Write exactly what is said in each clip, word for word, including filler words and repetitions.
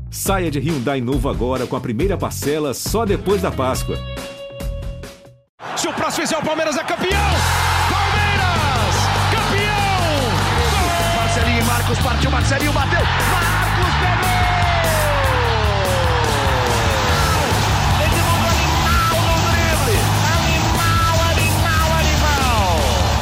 Saia de Hyundai novo agora com a primeira parcela só depois da Páscoa. Se o próximo fizer o Palmeiras é campeão! Palmeiras! Campeão! Gol! Marcelinho e Marcos partiu, Marcelinho bateu! Marcos pegou! Edmundo animal no drible! Animal, animal, animal!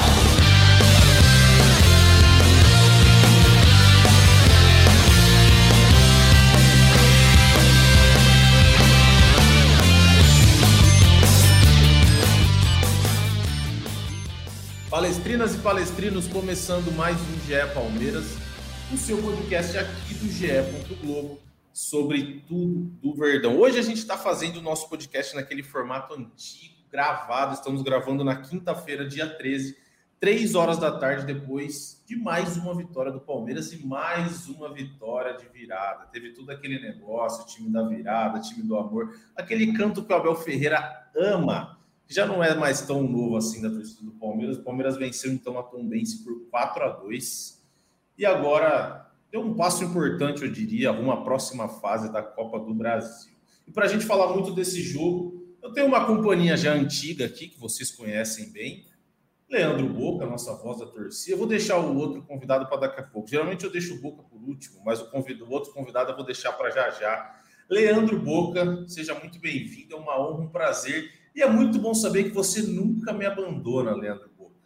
Palestrinas e palestrinos, começando mais um G E Palmeiras, o seu podcast aqui do G E Globo sobre tudo do Verdão. Hoje a gente está fazendo o nosso podcast naquele formato antigo, gravado. Estamos gravando na quinta-feira, dia treze, três horas da tarde, depois de mais uma vitória do Palmeiras e mais uma vitória de virada. Teve tudo aquele negócio, time da virada, time do amor, aquele canto que o Abel Ferreira ama. Já não é mais tão novo assim da torcida do Palmeiras. O Palmeiras venceu então a Tombense por quatro a dois e agora deu um passo importante, eu diria, rumo à próxima fase da Copa do Brasil. E para a gente falar muito desse jogo, eu tenho uma companhia já antiga aqui, que vocês conhecem bem, Leandro Boca, nossa voz da torcida. Eu vou deixar o outro convidado para daqui a pouco. Geralmente eu deixo o Boca por último, mas o, convido, o outro convidado eu vou deixar para já já. Leandro Boca, seja muito bem-vindo, é uma honra, um prazer. E é muito bom saber que você nunca me abandona, Leandro Boca.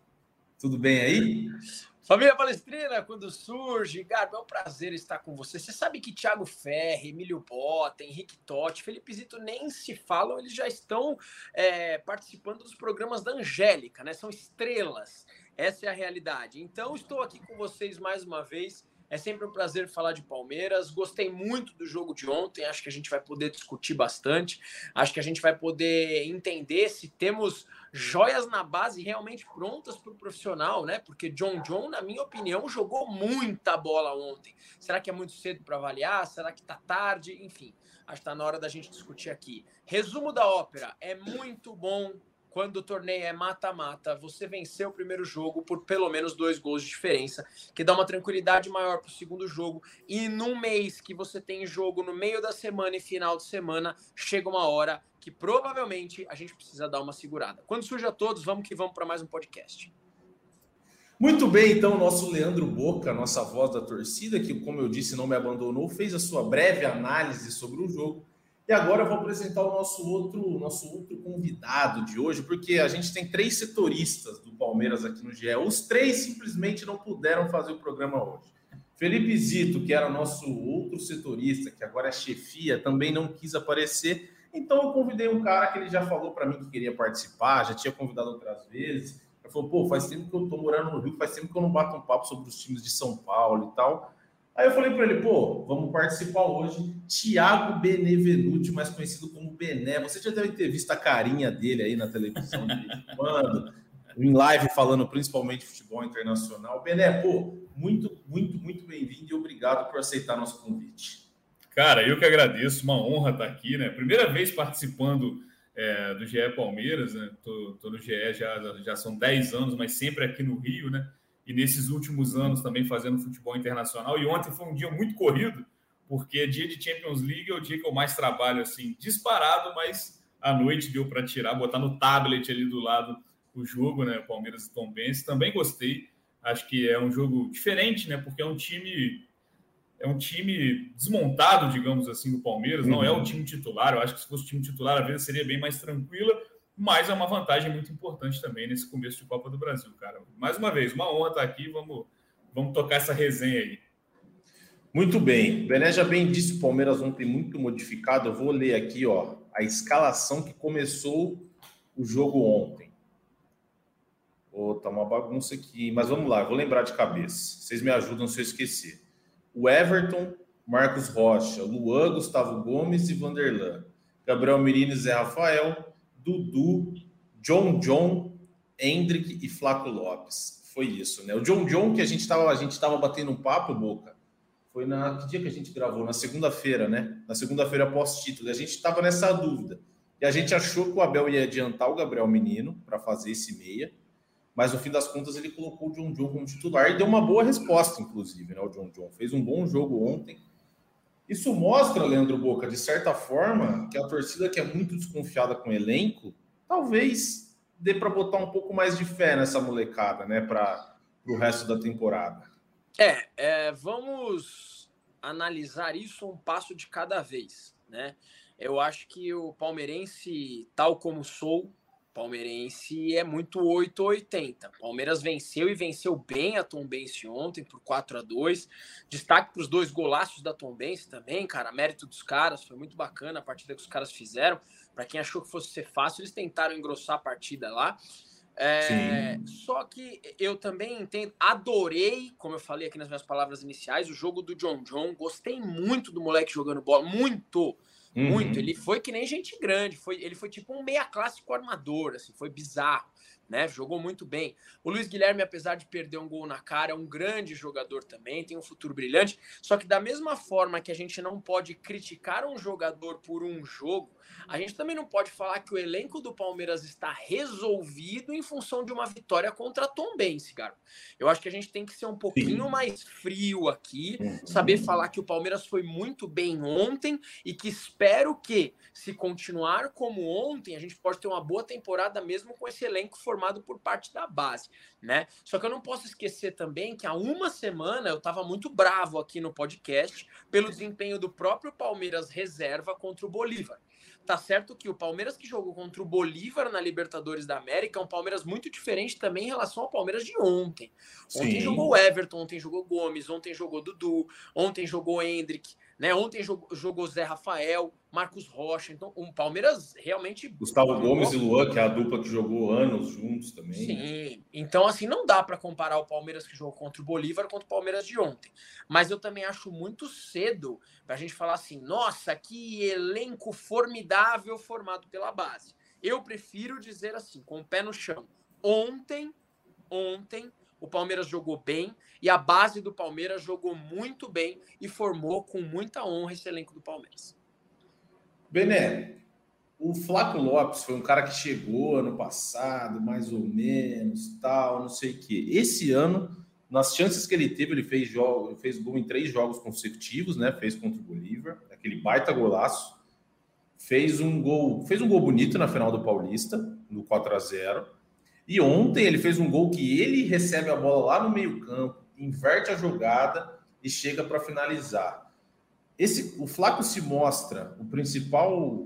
Tudo bem aí? Família Palestrina, quando surge, Garbo, é um prazer estar com você. Você sabe que Thiago Ferri, Emílio Bota, Henrique Totti, Felipe Zito nem se falam, eles já estão é, participando dos programas da Angélica, né? São estrelas, essa é a realidade. Então, estou aqui com vocês mais uma vez. É sempre um prazer falar de Palmeiras. Gostei muito do jogo de ontem. Acho que a gente vai poder discutir bastante. Acho que a gente vai poder entender se temos joias na base realmente prontas para o profissional, né? Porque John John, na minha opinião, jogou muita bola ontem. Será que é muito cedo para avaliar? Será que está tarde? Enfim, acho que está na hora da gente discutir aqui. Resumo da ópera. É muito bom quando o torneio é mata-mata, você venceu o primeiro jogo por pelo menos dois gols de diferença, que dá uma tranquilidade maior para o segundo jogo. E num mês que você tem jogo no meio da semana e final de semana, chega uma hora que provavelmente a gente precisa dar uma segurada. Quando surge a todos, vamos que vamos para mais um podcast. Muito bem, então, nosso Leandro Boca, nossa voz da torcida, que, como eu disse, não me abandonou, fez a sua breve análise sobre o jogo. E agora eu vou apresentar o nosso outro, nosso outro convidado de hoje, porque a gente tem três setoristas do Palmeiras aqui no G E. Os três simplesmente não puderam fazer o programa hoje. Felipe Zito, que era nosso outro setorista, que agora é chefia, também não quis aparecer. Então eu convidei um cara que ele já falou para mim que queria participar, já tinha convidado outras vezes. Ele falou, pô, faz tempo que eu tô morando no Rio, faz tempo que eu não bato um papo sobre os times de São Paulo e tal. Aí eu falei para ele, pô, vamos participar hoje. Thiago Benevenuti, mais conhecido como Bené. Você já deve ter visto a carinha dele aí na televisão, de vez em quando, em live falando principalmente de futebol internacional. Bené, pô, muito, muito, muito bem-vindo e obrigado por aceitar nosso convite. Cara, eu que agradeço, uma honra estar aqui, né? Primeira vez participando é, do G E Palmeiras, né? Tô, tô no G E já, já são dez anos, mas sempre aqui no Rio, né? E nesses últimos anos também fazendo futebol internacional. E ontem foi um dia muito corrido, porque dia de Champions League é o dia que eu mais trabalho, assim, disparado, mas à noite deu para tirar, botar no tablet ali do lado o jogo, né? Palmeiras e Tombense. Também gostei. Acho que é um jogo diferente, né? Porque é um time, é um time desmontado, digamos assim, do Palmeiras. Não é o time titular. Eu acho que se fosse o time titular, a vida seria bem mais tranquila. Mas é uma vantagem muito importante também nesse começo de Copa do Brasil, cara. Mais uma vez, uma honra estar aqui. Vamos, vamos tocar essa resenha aí. Muito bem. O Bené já bem disse, o Palmeiras ontem muito modificado. Eu vou ler aqui, ó, a escalação que começou o jogo ontem. Oh, tá uma bagunça aqui, mas vamos lá, eu vou lembrar de cabeça. Vocês me ajudam se eu esquecer. O Everton, Marcos Rocha, Luan, Gustavo Gomes e Vanderlan. Gabriel Menino e Zé Rafael, Dudu, John John, Hendrick e Flaco Lopes. Foi isso, né? O John John que a gente estava a gente tava batendo um papo, Boca, foi na... Que dia que a gente gravou? Na segunda-feira, né? Na segunda-feira pós-título. A gente estava nessa dúvida. E a gente achou que o Abel ia adiantar o Gabriel Menino para fazer esse meia. Mas no fim das contas ele colocou o John John como titular e deu uma boa resposta, inclusive, né? O John John fez um bom jogo ontem. Isso mostra, Leandro Boca, de certa forma, que a torcida que é muito desconfiada com o elenco, talvez dê para botar um pouco mais de fé nessa molecada, né, para o resto da temporada. É, é, vamos analisar isso um passo de cada vez, né? Eu acho que o palmeirense, tal como sou, palmeirense é muito oito ou oitenta. Palmeiras venceu e venceu bem a Tombense ontem por quatro a dois. Destaque para os dois golaços da Tombense também, cara. Mérito dos caras, foi muito bacana a partida que os caras fizeram. Para quem achou que fosse ser fácil, eles tentaram engrossar a partida lá. É, só que eu também entendo, adorei, como eu falei aqui nas minhas palavras iniciais, o jogo do John John. Gostei muito do moleque jogando bola, muito. Muito, uhum. Ele foi que nem gente grande, foi, ele foi tipo um meia clássico armador, assim, foi bizarro, né? Jogou muito bem. O Luiz Guilherme, apesar de perder um gol na cara, é um grande jogador também, tem um futuro brilhante. Só que da mesma forma que a gente não pode criticar um jogador por um jogo, a gente também não pode falar que o elenco do Palmeiras está resolvido em função de uma vitória contra a Tombense, cara. Eu acho que a gente tem que ser um pouquinho Sim. mais frio aqui, uhum. saber falar que o Palmeiras foi muito bem ontem e que espero que, se continuar como ontem, a gente pode ter uma boa temporada mesmo com esse elenco formado por parte da base, né? Só que eu não posso esquecer também que há uma semana eu estava muito bravo aqui no podcast pelo desempenho do próprio Palmeiras reserva contra o Bolívar. Tá certo que o Palmeiras que jogou contra o Bolívar na Libertadores da América é um Palmeiras muito diferente também em relação ao Palmeiras de ontem. Ontem Sim. jogou o Everton, ontem jogou Gomes, ontem jogou Dudu, ontem jogou Hendrick, né? Ontem jogou, jogou Zé Rafael, Marcos Rocha. Então, o Palmeiras realmente... Gustavo Gomes e Luan, que é a dupla que jogou anos juntos também. Sim, né? Então assim, não dá para comparar o Palmeiras que jogou contra o Bolívar contra o Palmeiras de ontem. Mas eu também acho muito cedo para a gente falar assim, nossa, que elenco formidável formado pela base. Eu prefiro dizer assim, com o pé no chão. Ontem, ontem... o Palmeiras jogou bem e a base do Palmeiras jogou muito bem e formou com muita honra esse elenco do Palmeiras. Bené, o Flaco Lopes foi um cara que chegou ano passado, mais ou menos, tal, não sei o quê. Esse ano, nas chances que ele teve, ele fez, jogo, fez gol em três jogos consecutivos, né? Fez contra o Bolívar, aquele baita golaço. Fez um gol, fez um gol bonito na final do Paulista, no quatro a zero. E ontem ele fez um gol que ele recebe a bola lá no meio-campo, inverte a jogada e chega para finalizar. Esse, o Flaco se mostra o principal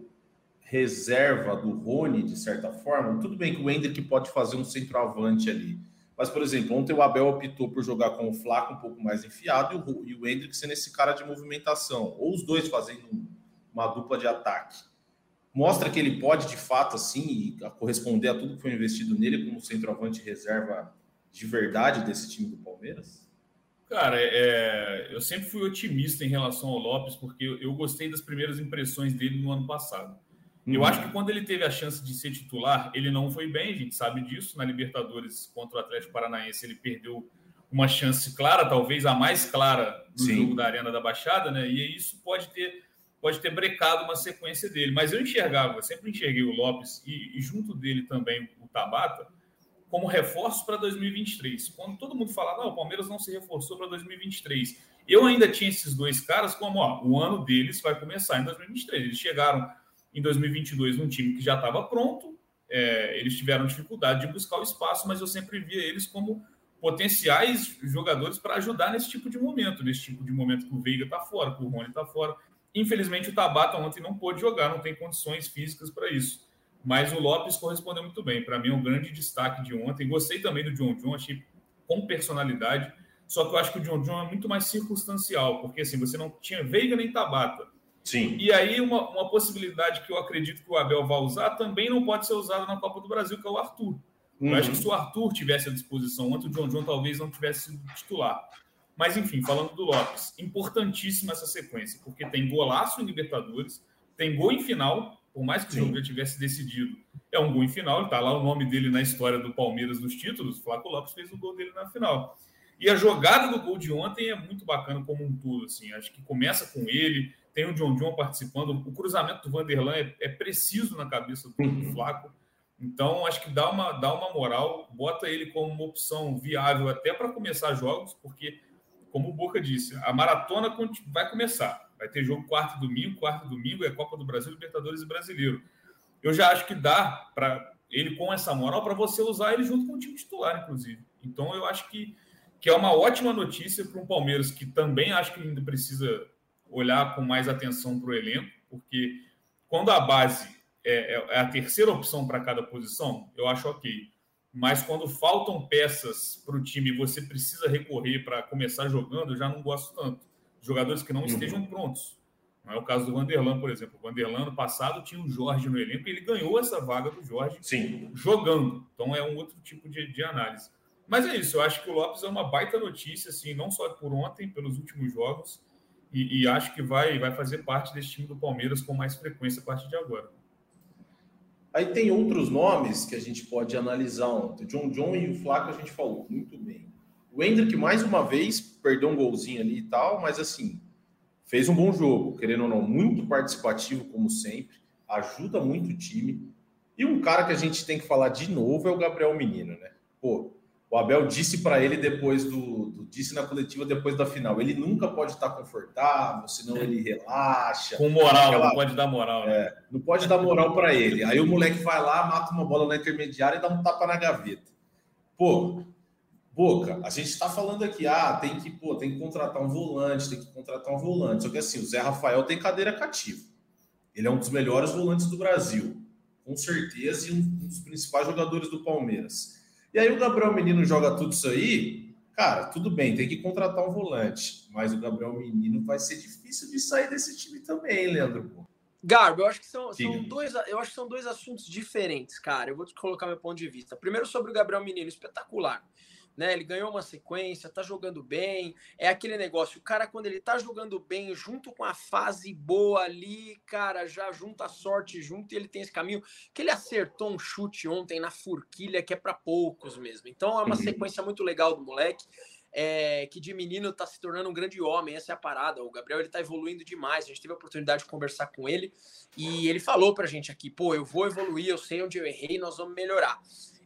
reserva do Rony, de certa forma. Tudo bem que o Hendrick pode fazer um centroavante ali. Mas, por exemplo, ontem o Abel optou por jogar com o Flaco um pouco mais enfiado e o, e o Hendrick sendo esse cara de movimentação. Ou os dois fazendo uma dupla de ataque. Mostra que ele pode, de fato, assim, corresponder a tudo que foi investido nele como centroavante reserva de verdade desse time do Palmeiras? Cara, é, eu sempre fui otimista em relação ao Lopes, porque eu, eu gostei das primeiras impressões dele no ano passado. Uhum. Eu acho que quando ele teve a chance de ser titular, ele não foi bem, a gente sabe disso. Na Libertadores contra o Atlético Paranaense, ele perdeu uma chance clara, talvez a mais clara do Sim. jogo da Arena da Baixada, né? E isso pode ter... pode ter brecado uma sequência dele. Mas eu enxergava, sempre enxerguei o Lopes e, e junto dele também o Tabata, como reforço para dois mil e vinte e três. Quando todo mundo falava, ah, o Palmeiras não se reforçou para dois mil e vinte e três. Eu ainda tinha esses dois caras como, ó, o ano deles vai começar em dois mil e vinte e três. Eles chegaram em dois mil e vinte e dois num time que já estava pronto, é, eles tiveram dificuldade de buscar o espaço, mas eu sempre via eles como potenciais jogadores para ajudar nesse tipo de momento, nesse tipo de momento que o Veiga está fora, que o Rony está fora. Infelizmente, o Tabata ontem não pôde jogar, não tem condições físicas para isso. Mas o Lopes correspondeu muito bem. Para mim, é um grande destaque de ontem. Gostei também do John John, achei com personalidade. Só que eu acho que o John John é muito mais circunstancial, porque assim, você não tinha Veiga nem Tabata. Sim. E aí, uma, uma possibilidade que eu acredito que o Abel vai usar também não pode ser usada na Copa do Brasil, que é o Arthur. Uhum. Eu acho que se o Arthur tivesse à disposição ontem, o John John talvez não tivesse sido titular. Mas, enfim, falando do Lopes, importantíssima essa sequência, porque tem golaço em Libertadores, tem gol em final, por mais que Sim. o jogo já tivesse decidido, é um gol em final, está lá o nome dele na história do Palmeiras dos títulos, o Flaco Lopes fez o gol dele na final. E a jogada do gol de ontem é muito bacana como um todo, assim, acho que começa com ele, tem o John John participando, o cruzamento do Vanderlan é, é preciso na cabeça do, do Flaco, então acho que dá uma, dá uma moral, bota ele como uma opção viável até para começar jogos, porque como o Boca disse, a maratona vai começar. Vai ter jogo quarto e domingo, quarto e domingo é Copa do Brasil, Libertadores e Brasileiro. Eu já acho que dá para ele, com essa moral, para você usar ele junto com o time titular, inclusive. Então, eu acho que, que é uma ótima notícia para um Palmeiras que também acho que ainda precisa olhar com mais atenção para o elenco, porque quando a base é, é a terceira opção para cada posição, eu acho ok. Mas quando faltam peças para o time e você precisa recorrer para começar jogando, eu já não gosto tanto. Jogadores que não uhum. estejam prontos. Não é o caso do Vanderlan, por exemplo. O Vanderlan, no passado, tinha o Jorge no elenco e ele ganhou essa vaga do Jorge Sim. jogando. Então, é um outro tipo de, de análise. Mas é isso. Eu acho que o Lopes é uma baita notícia, assim, não só por ontem, pelos últimos jogos. E, e acho que vai, vai fazer parte desse time do Palmeiras com mais frequência a partir de agora. Aí tem outros nomes que a gente pode analisar ontem. O John John e o Flaco a gente falou muito bem. O Endrick, mais uma vez, perdeu um golzinho ali e tal, mas assim... fez um bom jogo, querendo ou não, muito participativo, como sempre, ajuda muito o time. E um cara que a gente tem que falar de novo é o Gabriel Menino, né? Pô, o Abel disse para ele depois do, do... disse na coletiva depois da final, ele nunca pode estar confortável, senão ele relaxa. Com moral, aquela, não pode dar moral. Né? É, não pode dar moral para ele. Aí o moleque vai lá, mata uma bola na intermediária e dá um tapa na gaveta. Pô... Boca, a gente está falando aqui, ah, tem que, pô, tem que contratar um volante, tem que contratar um volante. Só que assim, o Zé Rafael tem cadeira cativa. Ele é um dos melhores volantes do Brasil, com certeza, e um dos principais jogadores do Palmeiras. E aí o Gabriel Menino joga tudo isso aí, cara, tudo bem, tem que contratar um volante. Mas o Gabriel Menino vai ser difícil de sair desse time também, Leandro. Garbo, eu acho que são, são dois, eu acho que são dois assuntos diferentes, cara. Eu vou te colocar meu ponto de vista. Primeiro sobre o Gabriel Menino, espetacular. Né, ele ganhou uma sequência, tá jogando bem, é aquele negócio, o cara quando ele tá jogando bem, junto com a fase boa ali, cara, já junta a sorte junto e ele tem esse caminho, que ele acertou um chute ontem na forquilha que é para poucos mesmo, então é uma sequência muito legal do moleque, é, que de menino tá se tornando um grande homem, essa é a parada, o Gabriel ele tá evoluindo demais, a gente teve a oportunidade de conversar com ele, e ele falou pra gente aqui, pô, eu vou evoluir, eu sei onde eu errei, nós vamos melhorar.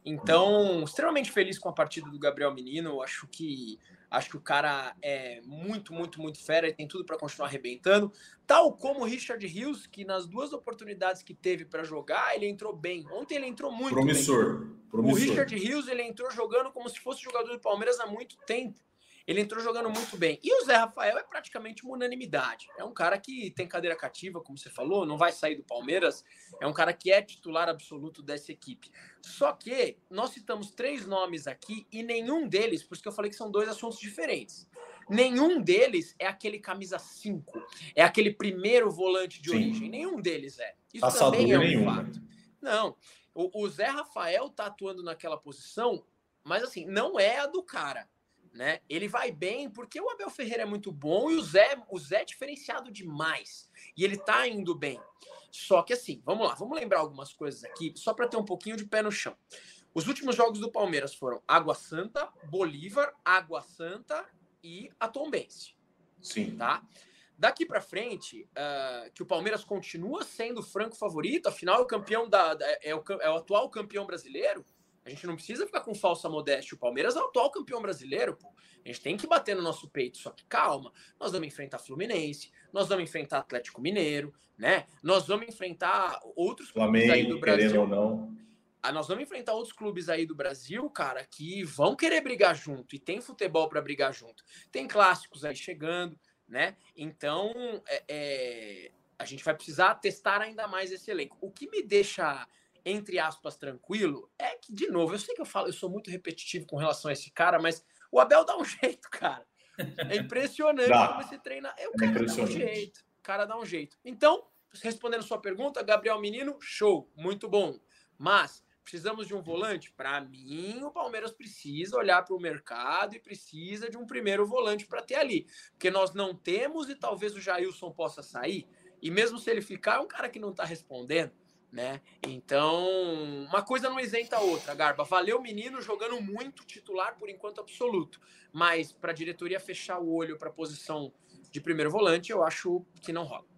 Então, extremamente feliz com a partida do Gabriel Menino. Acho que acho que o cara é muito, muito, muito fera e tem tudo para continuar arrebentando. Tal como o Richard Rios, que nas duas oportunidades que teve para jogar, ele entrou bem. Ontem ele entrou muito promissor, bem. Promissor. O Richard Rios, ele entrou jogando como se fosse jogador do Palmeiras há muito tempo. Ele entrou jogando muito bem. E o Zé Rafael é praticamente uma unanimidade. É um cara que tem cadeira cativa, como você falou, não vai sair do Palmeiras. É um cara que é titular absoluto dessa equipe. Só que nós citamos três nomes aqui e nenhum deles, por isso que eu falei que são dois assuntos diferentes. Nenhum deles é aquele camisa cinco, é aquele primeiro volante de Sim. origem. Nenhum deles é. Isso Passador também é um nenhum, fato. Né? Não. O, o Zé Rafael tá atuando naquela posição, mas assim, não é a do cara. Né? Ele vai bem porque o Abel Ferreira é muito bom e o Zé, o Zé é diferenciado demais e ele tá indo bem. Só que assim, vamos lá, vamos lembrar algumas coisas aqui só para ter um pouquinho de pé no chão. Os últimos jogos do Palmeiras foram Água Santa, Bolívar, Água Santa e a Tombense. Sim. Tá? Daqui para frente, uh, que o Palmeiras continua sendo o franco favorito, afinal é o campeão da, da é, o, é o atual campeão brasileiro. A gente não precisa ficar com falsa modéstia. O Palmeiras é o atual campeão brasileiro, pô. A gente tem que bater no nosso peito. Só que calma, nós vamos enfrentar Fluminense, nós vamos enfrentar Atlético Mineiro, né? Nós vamos enfrentar outros Flamengo, clubes aí do Brasil. Querendo ou não. Ah, nós vamos enfrentar outros clubes aí do Brasil, cara, que vão querer brigar junto. E tem futebol para brigar junto. Tem clássicos aí chegando, né? Então, é, é... a gente vai precisar testar ainda mais esse elenco. O que me deixa... entre aspas, tranquilo, é que, de novo, eu sei que eu falo, eu sou muito repetitivo com relação a esse cara, mas o Abel dá um jeito, cara. É impressionante dá. como esse treina. É, o cara é dá um jeito. O cara dá um jeito. Então, respondendo a sua pergunta, Gabriel Menino, show, muito bom. Mas precisamos de um volante? Para mim, o Palmeiras precisa olhar para o mercado e precisa de um primeiro volante para ter ali. Porque nós não temos e talvez o Jailson possa sair. E mesmo se ele ficar, é um cara que não está respondendo. Né? Então, uma coisa não isenta a outra, Garba. Valeu o menino jogando muito titular por enquanto absoluto, mas para a diretoria fechar o olho para a posição de primeiro volante, eu acho que não rola.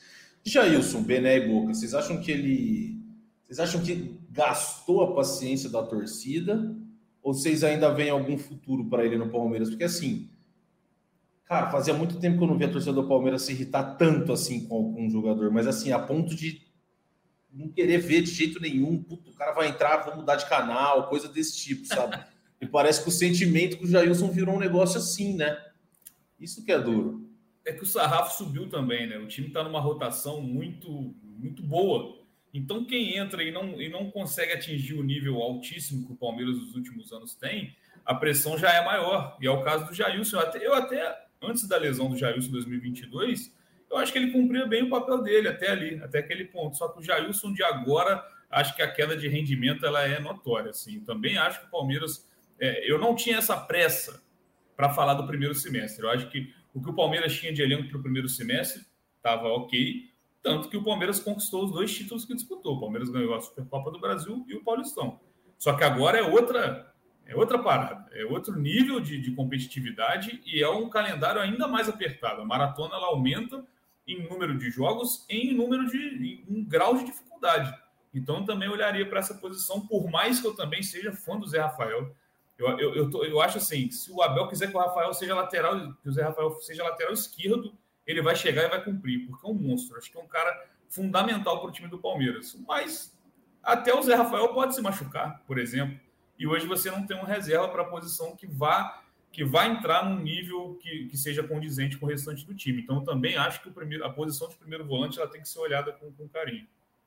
Jailson, Bené e Boca, vocês acham que ele vocês acham que gastou a paciência da torcida ou vocês ainda veem algum futuro para ele no Palmeiras? Porque assim, Cara, fazia muito tempo que eu não via a torcida do Palmeiras se irritar tanto assim com algum jogador, mas assim, a ponto de não querer ver de jeito nenhum. Puto, o cara vai entrar, vou mudar de canal, coisa desse tipo, sabe? E parece que o sentimento com o Jailson virou um negócio assim, né? Isso que é duro. É que o sarrafo subiu também, né? O time está numa rotação muito, muito boa. Então, quem entra e não, e não consegue atingir o nível altíssimo que o Palmeiras nos últimos anos tem, a pressão já é maior. E é o caso do Jailson. Eu até, eu até antes da lesão do Jailson em dois mil e vinte e dois, eu acho que ele cumpria bem o papel dele até ali, até aquele ponto. Só que o Jailson de agora, acho que a queda de rendimento ela é notória. Assim. Também acho que o Palmeiras... É, eu não tinha essa pressa para falar do primeiro semestre. Eu acho que o que o Palmeiras tinha de elenco para o primeiro semestre estava ok, tanto que o Palmeiras conquistou os dois títulos que disputou. O Palmeiras ganhou a Supercopa do Brasil e o Paulistão. Só que agora é outra, é outra parada, é outro nível de, de competitividade e é um calendário ainda mais apertado. A maratona ela aumenta em número de jogos e em número de em, em grau de dificuldade. Então eu também olharia para essa posição, por mais que eu também seja fã do Zé Rafael. Eu, eu, eu, tô, eu acho assim, se o Abel quiser que o Rafael seja lateral, que o Zé Rafael seja lateral esquerdo, ele vai chegar e vai cumprir, porque é um monstro. Acho que é um cara fundamental para o time do Palmeiras. Mas até o Zé Rafael pode se machucar, por exemplo. E hoje você não tem um reserva para a posição que vá, que vá entrar num nível que, que seja condizente com o restante do time. Então eu também acho que o primeiro, a posição de primeiro volante ela tem que ser olhada com, com carinho.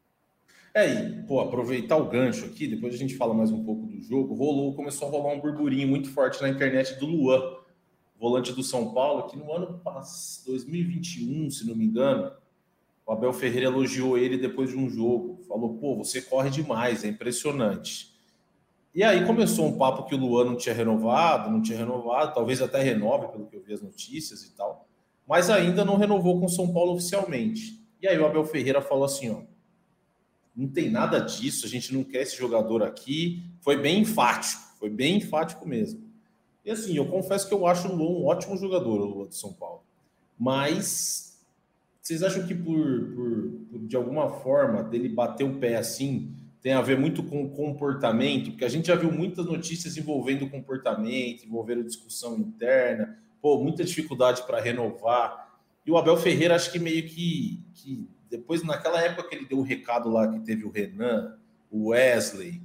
É, e, pô, aproveitar o gancho aqui, depois a gente fala mais um pouco do jogo. Rolou, começou a rolar um burburinho muito forte na internet do Luan, volante do São Paulo, que no ano dois mil e vinte e um, se não me engano, o Abel Ferreira elogiou ele depois de um jogo. Falou, pô, você corre demais, é impressionante. E aí começou um papo que o Luan não tinha renovado, não tinha renovado, talvez até renove, pelo que eu vi as notícias e tal, mas ainda não renovou com o São Paulo oficialmente. E aí o Abel Ferreira falou assim, ó, não tem nada disso, a gente não quer esse jogador aqui. Foi bem enfático, foi bem enfático mesmo. E assim, eu confesso que eu acho o Luan um ótimo jogador, o Luan do São Paulo. Mas vocês acham que por, por, por de alguma forma dele bater o pé assim tem a ver muito com o comportamento? Porque a gente já viu muitas notícias envolvendo comportamento, envolvendo discussão interna, pô, muita dificuldade para renovar. E o Abel Ferreira acho que meio que... que depois, naquela época que ele deu o recado lá, que teve o Renan, o Wesley,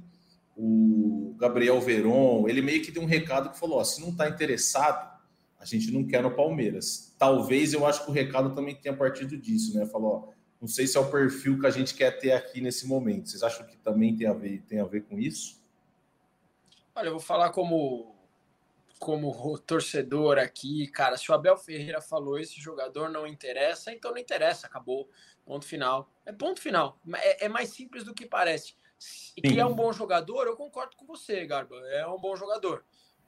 o Gabriel Veron, ele meio que deu um recado que falou, ó, se não está interessado, a gente não quer no Palmeiras. Talvez, eu acho que o recado também tenha partido disso, né? Falou, ó, não sei se é o perfil que a gente quer ter aqui nesse momento. Vocês acham que também tem a ver, tem a ver com isso? Olha, eu vou falar como... como torcedor aqui, cara, se o Abel Ferreira falou esse jogador não interessa, então não interessa, acabou, ponto final. É ponto final, é, é mais simples do que parece. E que é um bom jogador, eu concordo com você, Garba, é um bom jogador.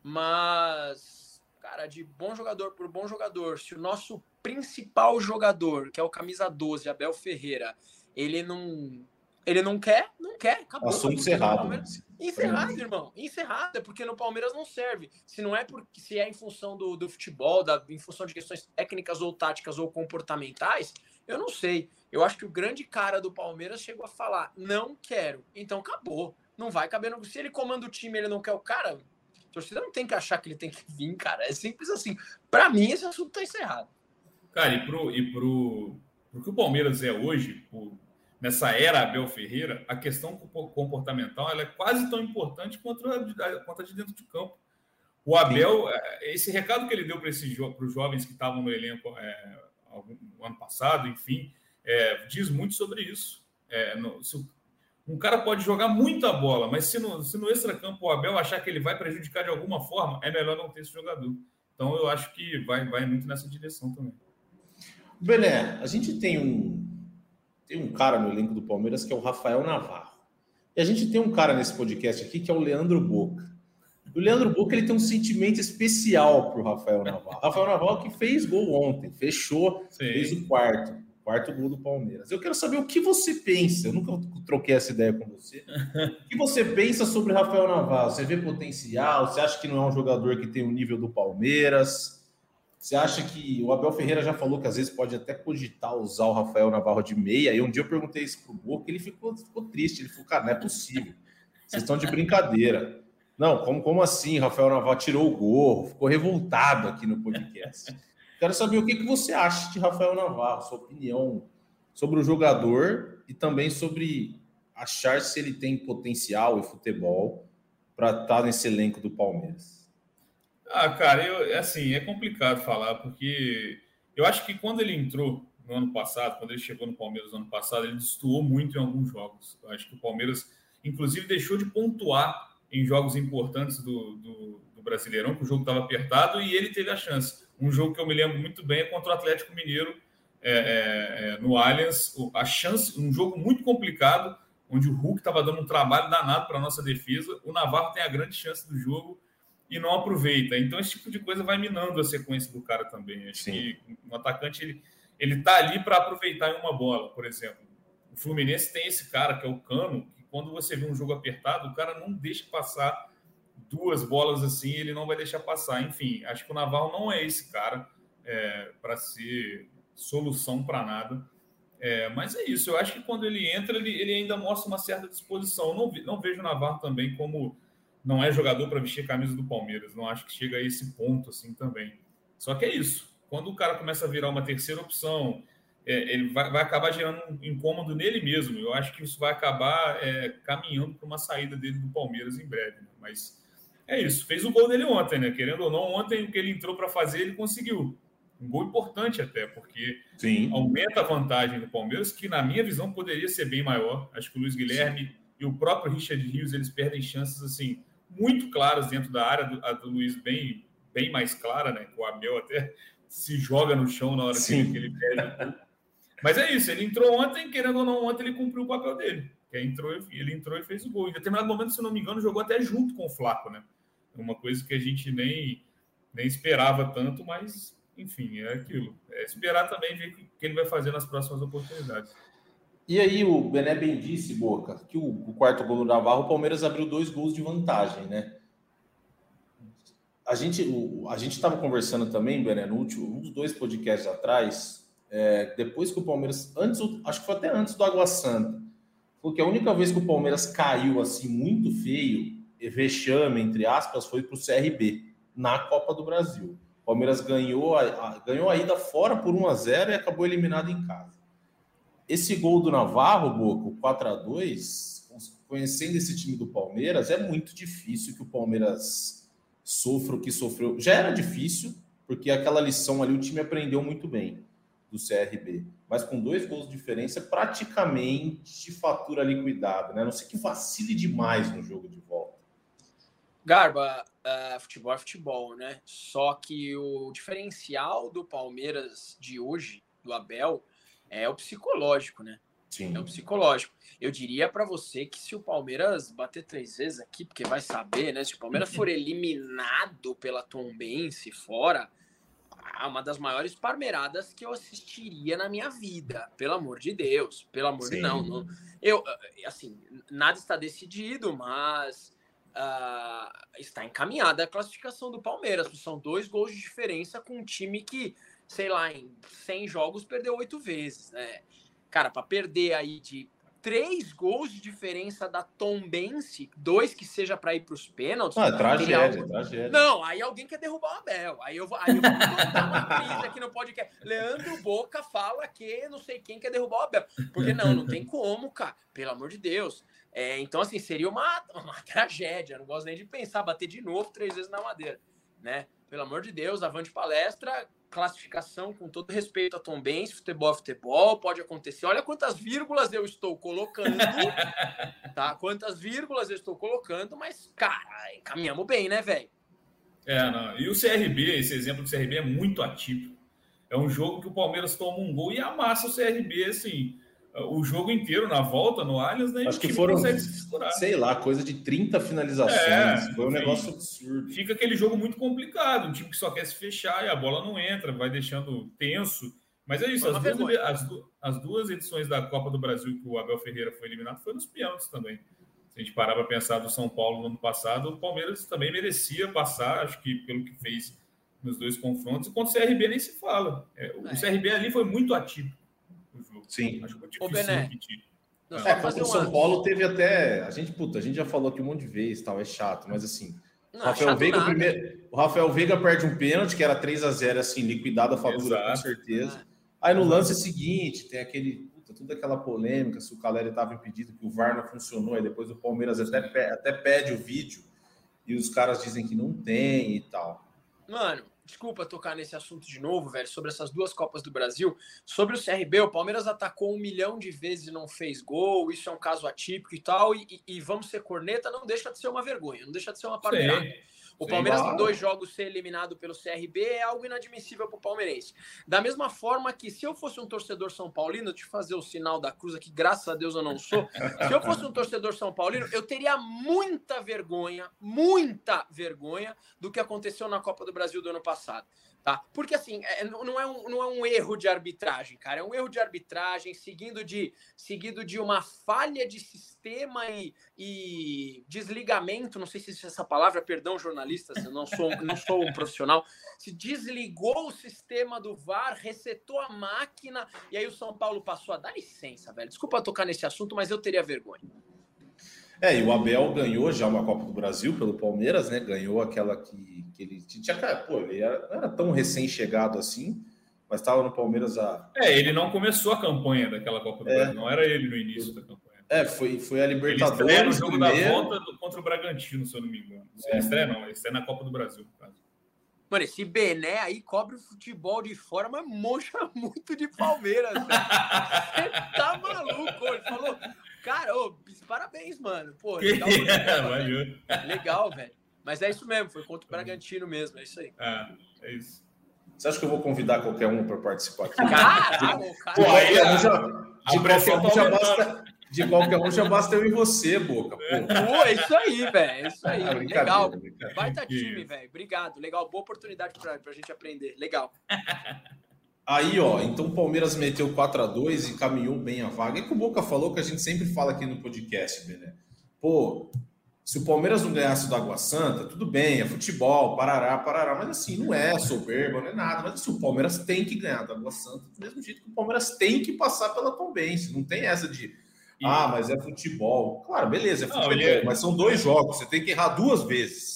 Mas, cara, de bom jogador por bom jogador, se o nosso principal jogador, que é o camisa doze, Abel Ferreira, ele não... Ele não quer, não quer, acabou. Assunto encerrado. Encerrado, irmão. Encerrado, é porque no Palmeiras não serve. Se não é porque se é em função do, do futebol, da, em função de questões técnicas ou táticas ou comportamentais, eu não sei. Eu acho que o grande cara do Palmeiras chegou a falar, não quero. Então acabou. Não vai caber no... Se ele comanda o time e ele não quer o cara, a torcida não tem que achar que ele tem que vir, cara. É simples assim. Pra mim, esse assunto tá encerrado. Cara, e pro, e pro, pro que o Palmeiras é hoje, pro... nessa era Abel Ferreira, a questão comportamental ela é quase tão importante quanto a, quanto a de dentro de campo. O Abel, Sim. esse recado que ele deu para os jovens que estavam no elenco é, algum, ano passado, enfim, é, diz muito sobre isso. É, no, se, um cara pode jogar muita bola, mas se no, se no extracampo o Abel achar que ele vai prejudicar de alguma forma, é melhor não ter esse jogador. Então eu acho que vai, vai muito nessa direção também. Bené, a gente tem um Tem um cara no elenco do Palmeiras que é o Rafael Navarro. E a gente tem um cara nesse podcast aqui que é o Leandro Boca. O Leandro Boca ele tem um sentimento especial para o Rafael Navarro. Rafael Navarro que fez gol ontem, fechou, Sim. fez o quarto, quarto gol do Palmeiras. Eu quero saber o que você pensa. Eu nunca troquei essa ideia com você. O que você pensa sobre o Rafael Navarro? Você vê potencial? Você acha que não é um jogador que tem o nível do Palmeiras? Você acha que o Abel Ferreira já falou que às vezes pode até cogitar usar o Rafael Navarro de meia? E um dia eu perguntei isso pro Boca, ele ficou, ficou triste. Ele falou, cara, não é possível. Vocês estão de brincadeira. Não, como, como assim? Rafael Navarro tirou o gorro, ficou revoltado aqui no podcast. Quero saber o que, que você acha de Rafael Navarro, sua opinião sobre o jogador e também sobre achar se ele tem potencial e futebol para estar nesse elenco do Palmeiras. Ah, cara, eu, assim, é complicado falar, porque eu acho que quando ele entrou no ano passado, quando ele chegou no Palmeiras no ano passado, ele destoou muito em alguns jogos. Eu acho que o Palmeiras, inclusive, deixou de pontuar em jogos importantes do, do, do Brasileirão, que o jogo estava apertado, e ele teve a chance. Um jogo que eu me lembro muito bem é contra o Atlético Mineiro, é, é, é, no Allianz. A chance, um jogo muito complicado, onde o Hulk estava dando um trabalho danado para a nossa defesa. O Navarro tem a grande chance do jogo e não aproveita. Então, esse tipo de coisa vai minando a sequência do cara também. Acho Sim. que um atacante, ele ele está ali para aproveitar em uma bola, por exemplo. O Fluminense tem esse cara, que é o Cano, que quando você vê um jogo apertado, o cara não deixa passar duas bolas assim, ele não vai deixar passar. Enfim, acho que o Navarro não é esse cara é, para ser solução para nada. É, mas é isso, eu acho que quando ele entra, ele, ele ainda mostra uma certa disposição. Eu não, não vejo o Navarro também como não é jogador para vestir a camisa do Palmeiras. Não acho que chega a esse ponto assim também. Só que é isso. Quando o cara começa a virar uma terceira opção, é, ele vai, vai acabar gerando um incômodo nele mesmo. Eu acho que isso vai acabar é, caminhando para uma saída dele do Palmeiras em breve. Né? Mas é isso. Fez o gol dele ontem, né? Querendo ou não, ontem o que ele entrou para fazer, ele conseguiu. Um gol importante até, porque Sim. aumenta a vantagem do Palmeiras, que na minha visão poderia ser bem maior. Acho que o Luiz Guilherme Sim. e o próprio Richard Rios, eles perdem chances assim muito claras dentro da área. A do Luiz bem, bem mais clara, né? O Abel até se joga no chão na hora que ele, que ele perde. Mas é isso, ele entrou ontem, querendo ou não, ontem ele cumpriu o papel dele. Que entrou, ele entrou e fez o gol. Em determinado momento, se não me engano, jogou até junto com o Flaco, né? Uma coisa que a gente nem, nem esperava tanto, mas, enfim, é aquilo. É esperar também ver o que ele vai fazer nas próximas oportunidades. E aí, o Bené bem disse, Boca, que o, o quarto gol do Navarro, o Palmeiras abriu dois gols de vantagem, né? A gente a gente estava conversando também, Bené, no último, uns dois podcasts atrás, é, depois que o Palmeiras, antes, acho que foi até antes do Água Santa, porque a única vez que o Palmeiras caiu assim muito feio, vexame, entre aspas, foi para o C R B, na Copa do Brasil. O Palmeiras ganhou a, a, ganhou a ida fora por um a zero e acabou eliminado em casa. Esse gol do Navarro, Boca, o quatro a dois, conhecendo esse time do Palmeiras, é muito difícil que o Palmeiras sofra o que sofreu. Já era difícil, porque aquela lição ali o time aprendeu muito bem do C R B. Mas com dois gols de diferença, praticamente fatura liquidada, né? A não sei que vacile demais no jogo de volta. Garba, uh, futebol é futebol, né? Só que o diferencial do Palmeiras de hoje, do Abel, é o psicológico, né? Sim. É o psicológico. Eu diria para você que se o Palmeiras bater três vezes aqui, porque vai saber, né? Se o Palmeiras for eliminado pela Tombense fora, é uma das maiores parmeiradas que eu assistiria na minha vida. Pelo amor de Deus. Pelo amor Sim. de não, não. Eu, assim, nada está decidido, mas uh, está encaminhada a classificação do Palmeiras. São dois gols de diferença com um time que, sei lá, em cem jogos perdeu oito vezes, né? Cara, para perder aí de três gols de diferença da Tombense, dois que seja para ir para os pênaltis... Ah, tragédia, algo... tragédia. Não, aí alguém quer derrubar o Abel. Aí eu vou, aí eu vou botar uma crise aqui no podcast. Leandro Boca fala que não sei quem quer derrubar o Abel. Porque não, não tem como, cara. Pelo amor de Deus. É, então, assim, seria uma, uma tragédia. Eu não gosto nem de pensar, bater de novo três vezes na madeira, né? Pelo amor de Deus, avante palestra... classificação, com todo respeito a Tombense, futebol é futebol, pode acontecer. Olha quantas vírgulas eu estou colocando, tá? Quantas vírgulas eu estou colocando, mas, cara, caminhamos bem, né, velho? É, não. E o C R B, esse exemplo do C R B é muito atípico. É um jogo que o Palmeiras toma um gol e amassa o C R B, assim, o jogo inteiro na volta, no Allianz, né? Acho que foram, sei lá, coisa de trinta finalizações. É, foi um enfim, negócio absurdo. Fica aquele jogo muito complicado, um time que só quer se fechar e a bola não entra, vai deixando tenso. Mas é isso, as duas, as, as duas edições da Copa do Brasil que o Abel Ferreira foi eliminado foi nos pênaltis também. Se a gente parar para pensar do São Paulo no ano passado, o Palmeiras também merecia passar, acho que pelo que fez nos dois confrontos, e contra o C R B nem se fala. É, o é. C R B ali foi muito atípico. Sim. Acho que é difícil repetir. É, porque o São Paulo teve até... A gente, puta, a gente já falou aqui um monte de vezes, tal, é chato, mas assim, Não, Rafael Veiga, o, primeiro, o Rafael Veiga perde um pênalti, que era três a zero, assim, liquidado a fatura, Exato. Com certeza. Aí no lance seguinte, tem aquele, puta, toda aquela polêmica, se o Caleri estava impedido, que o V A R não funcionou, e depois o Palmeiras até, até pede o vídeo, e os caras dizem que não tem e tal. Mano, desculpa tocar nesse assunto de novo, velho, sobre essas duas Copas do Brasil. Sobre o C R B, o Palmeiras atacou um milhão de vezes e não fez gol, isso é um caso atípico e tal, e, e, e vamos ser corneta, não deixa de ser uma vergonha, não deixa de ser uma parmeirada. O Palmeiras em dois jogos ser eliminado pelo C R B é algo inadmissível para o palmeirense. Da mesma forma que se eu fosse um torcedor são paulino, eu te fazer o sinal da cruz aqui, graças a Deus eu não sou. Se eu fosse um torcedor são paulino, eu teria muita vergonha, muita vergonha do que aconteceu na Copa do Brasil do ano passado. Tá? Porque assim, é, não, é um, não é um erro de arbitragem, cara. É um erro de arbitragem seguido de, seguido de uma falha de sistema e, e desligamento. Não sei se existe essa palavra, perdão, jornalistas, eu não sou, não sou um profissional. Se desligou o sistema do V A R, resetou a máquina, e aí o São Paulo passou a dar licença, velho. Desculpa tocar nesse assunto, mas eu teria vergonha. É, e o Abel ganhou já uma Copa do Brasil pelo Palmeiras, né? Ganhou aquela que, que ele tinha. Pô, ele era, não era tão recém-chegado assim, mas estava no Palmeiras a. É, ele não começou a campanha daquela Copa do é, Brasil, não era ele no início da campanha. É, foi, foi a Libertadores. Ele estreia no jogo primeiro. Da volta do, contra o Bragantino, se eu não me engano. É. Ele estreia, não, ele estreia na Copa do Brasil, no caso. Mano, esse Bené aí cobre o futebol de fora, mas mancha muito de Palmeiras, velho. Você tá maluco? Ele falou. Cara, ô, parabéns, mano. Pô, legal. Velho. Legal, velho. Mas é isso mesmo, foi contra o Bragantino mesmo, é isso aí. É, é isso. Você acha que eu vou convidar qualquer um para participar aqui? Caralho, cara. Pô, aí, a, já, de, qualquer um já basta, de qualquer um já basta eu e você, Boca. Pô, pô é isso aí, velho. É isso aí. Ah, legal. Baita time, velho. Obrigado. Legal. Boa oportunidade pra, pra gente aprender. Legal. Aí, ó, então o Palmeiras meteu quatro a dois e caminhou bem a vaga. É que o Boca falou que a gente sempre fala aqui no podcast, né? Pô, se o Palmeiras não ganhasse do Água Santa, tudo bem, é futebol, parará, parará, mas assim, não é soberba, não é nada. Mas assim, o Palmeiras tem que ganhar do Água Santa, do mesmo jeito que o Palmeiras tem que passar pela Tombense. Não tem essa de, ah, mas é futebol. Claro, beleza, é futebol, não, é... mas são dois jogos, você tem que errar duas vezes.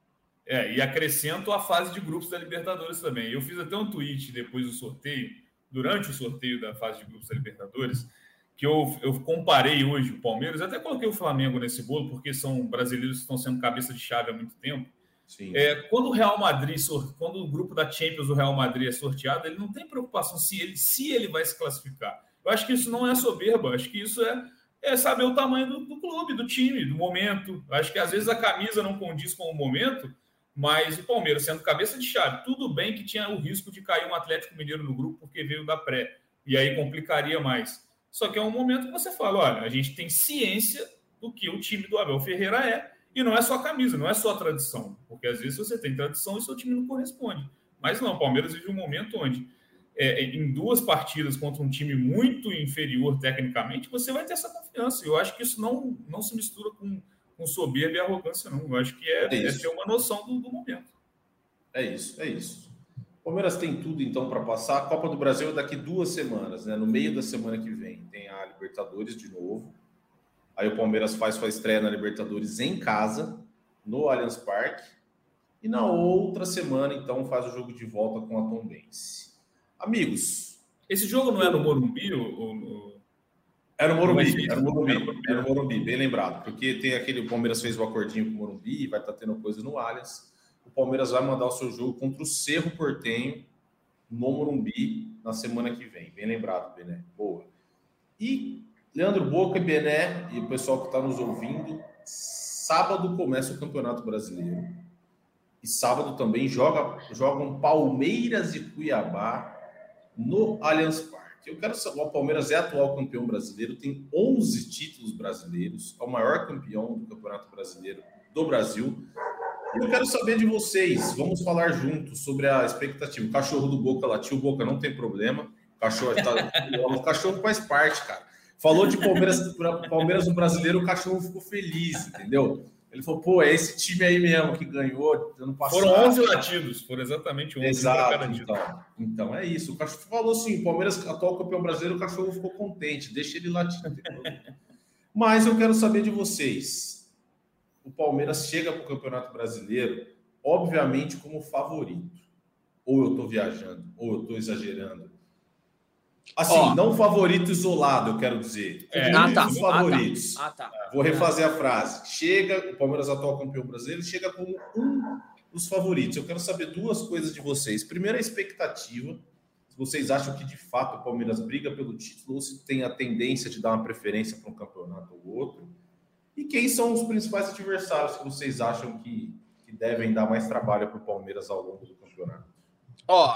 É, e acrescento a fase de grupos da Libertadores também. Eu fiz até um tweet depois do sorteio, durante o sorteio da fase de grupos da Libertadores, que eu, eu comparei hoje o Palmeiras, até coloquei o Flamengo nesse bolo, porque são brasileiros que estão sendo cabeça de chave há muito tempo. Sim. É, quando o Real Madrid, quando o grupo da Champions do Real Madrid é sorteado, ele não tem preocupação se ele, se ele vai se classificar. Eu acho que isso não é soberba, acho que isso é, é saber o tamanho do, do clube, do time, do momento. Eu acho que às vezes a camisa não condiz com o momento, mas o Palmeiras, sendo cabeça de chave, tudo bem que tinha o risco de cair um Atlético Mineiro no grupo porque veio da pré, e aí complicaria mais. Só que é um momento que você fala, olha, a gente tem ciência do que o time do Abel Ferreira é, e não é só camisa, não é só tradição, porque às vezes você tem tradição e seu time não corresponde. Mas não, o Palmeiras vive um momento onde, é, em duas partidas contra um time muito inferior tecnicamente, você vai ter essa confiança. Eu acho que isso não, não se mistura com... com soberba e arrogância, não. Eu acho que é, é, é ter uma noção do, do momento. É isso, é isso. O Palmeiras tem tudo, então, para passar. A Copa do Brasil é daqui duas semanas, né? No meio da semana que vem tem a Libertadores de novo. Aí o Palmeiras faz sua estreia na Libertadores em casa, no Allianz Parque. E na outra semana, então, faz o jogo de volta com a Tombense. Amigos... Esse jogo não é no Morumbi ou... ou... Era o Morumbi, era o Morumbi, era o Morumbi, bem lembrado, porque tem aquele, o Palmeiras fez o acordinho com o Morumbi e vai estar tendo coisa no Allianz. O Palmeiras vai mandar o seu jogo contra o Cerro Porteño no Morumbi na semana que vem, bem lembrado, Bené, boa. E Leandro Boca e Bené e o pessoal que está nos ouvindo, sábado começa o Campeonato Brasileiro e sábado também joga, jogam Palmeiras e Cuiabá no Allianz Parque. Eu quero saber, o Palmeiras é atual campeão brasileiro, tem onze títulos brasileiros, é o maior campeão do Campeonato Brasileiro do Brasil. E eu quero saber de vocês, vamos falar juntos sobre a expectativa. O cachorro do Boca latiu, o Boca não tem problema, o cachorro, tá, o cachorro faz parte, cara. Falou de Palmeiras, Palmeiras no Brasileiro, o cachorro ficou feliz, entendeu? Ele falou, pô, é esse time aí mesmo que ganhou ano passado. Foram onze latidos, foram exatamente onze. Exato, então, então é isso. O cachorro falou assim, o Palmeiras, atual campeão brasileiro, o cachorro ficou contente, deixa ele latir. Mas eu quero saber de vocês. o Palmeiras chega para o Campeonato Brasileiro, obviamente, como favorito. Ou eu estou viajando, ou eu estou exagerando. Assim, oh. não favorito isolado, eu quero dizer. É, um ah, tá. dos favoritos. Ah, tá. Ah, tá. Vou refazer a frase. Chega, o Palmeiras atual campeão brasileiro, chega como um dos favoritos. Eu quero saber duas coisas de vocês. Primeiro, a expectativa. Se vocês acham que, de fato, o Palmeiras briga pelo título ou se tem a tendência de dar uma preferência para um campeonato ou outro. E quem são os principais adversários que vocês acham que, que devem dar mais trabalho para o Palmeiras ao longo do campeonato? Ó,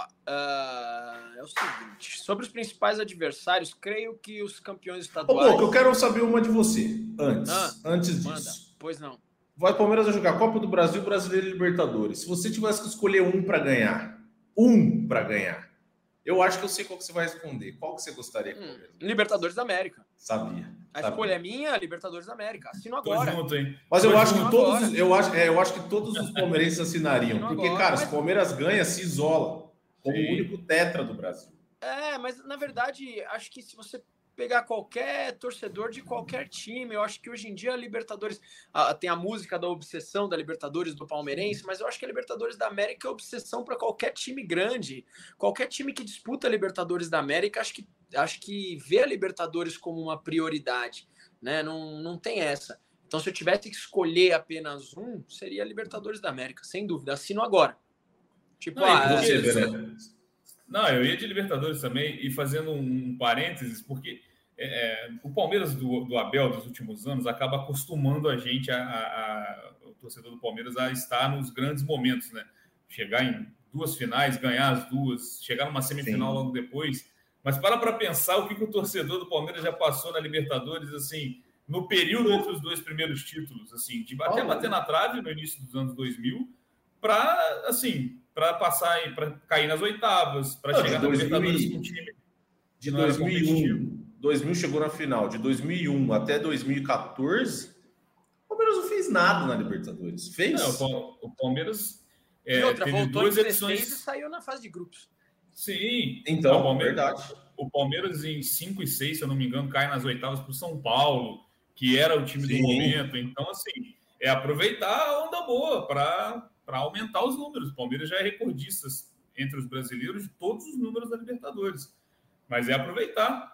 uh, é o seguinte, sobre os principais adversários, creio que os campeões estaduais... Ô, Boca, eu quero saber uma de você, antes, ah, antes manda. disso. Pois não. Vai, Palmeiras vai jogar Copa do Brasil, Brasileiro e Libertadores. Se você tivesse que escolher um para ganhar, um para ganhar, eu acho que eu sei qual que você vai responder. Qual que você gostaria que hum, Libertadores da América. Sabia. A sabia. escolha é minha, Libertadores da América. Assino agora. Junto, hein? Mas eu Tô acho, que todos, eu, acho, é, eu acho que todos os palmeirenses assinariam. Assino porque, agora, cara, mas... se o Palmeiras ganha, se isola como Sim. o único tetra do Brasil. É, mas na verdade, acho que se você pegar qualquer torcedor de qualquer time, eu acho que hoje em dia a Libertadores, a, tem a música da obsessão da Libertadores do palmeirense, mas eu acho que a Libertadores da América é obsessão para qualquer time grande, qualquer time que disputa a Libertadores da América, acho que, acho que vê a Libertadores como uma prioridade, né? Não, não tem essa. Então, se eu tivesse que escolher apenas um, seria a Libertadores da América, sem dúvida. Assino agora. Tipo, não, ah, porque, é, não, eu ia de Libertadores também, e fazendo um parênteses, porque É, o Palmeiras do, do Abel dos últimos anos acaba acostumando a gente, a, a, a, o torcedor do Palmeiras, a estar nos grandes momentos, né? Chegar em duas finais, ganhar as duas, chegar numa semifinal Sim. logo depois. Mas para para pensar o que, que o torcedor do Palmeiras já passou na Libertadores, assim, no período entre os dois primeiros títulos, assim, de até bater na trave no início dos anos dois mil, para assim, para passar, para cair nas oitavas, para chegar na Libertadores com o time de dois mil e um. dois mil chegou na final, de dois mil e um até dois mil e quatorze, o Palmeiras não fez nada na Libertadores. Fez? Não, o Palmeiras é, e outra, teve voltou duas em edições e saiu na fase de grupos. Sim. Então, o Palmeiras, verdade. O Palmeiras em cinco e seis, se eu não me engano, cai nas oitavas para o São Paulo, que era o time Sim. do momento. Então, assim, é aproveitar a onda boa para aumentar os números. O Palmeiras já é recordista entre os brasileiros de todos os números da Libertadores. Mas é aproveitar.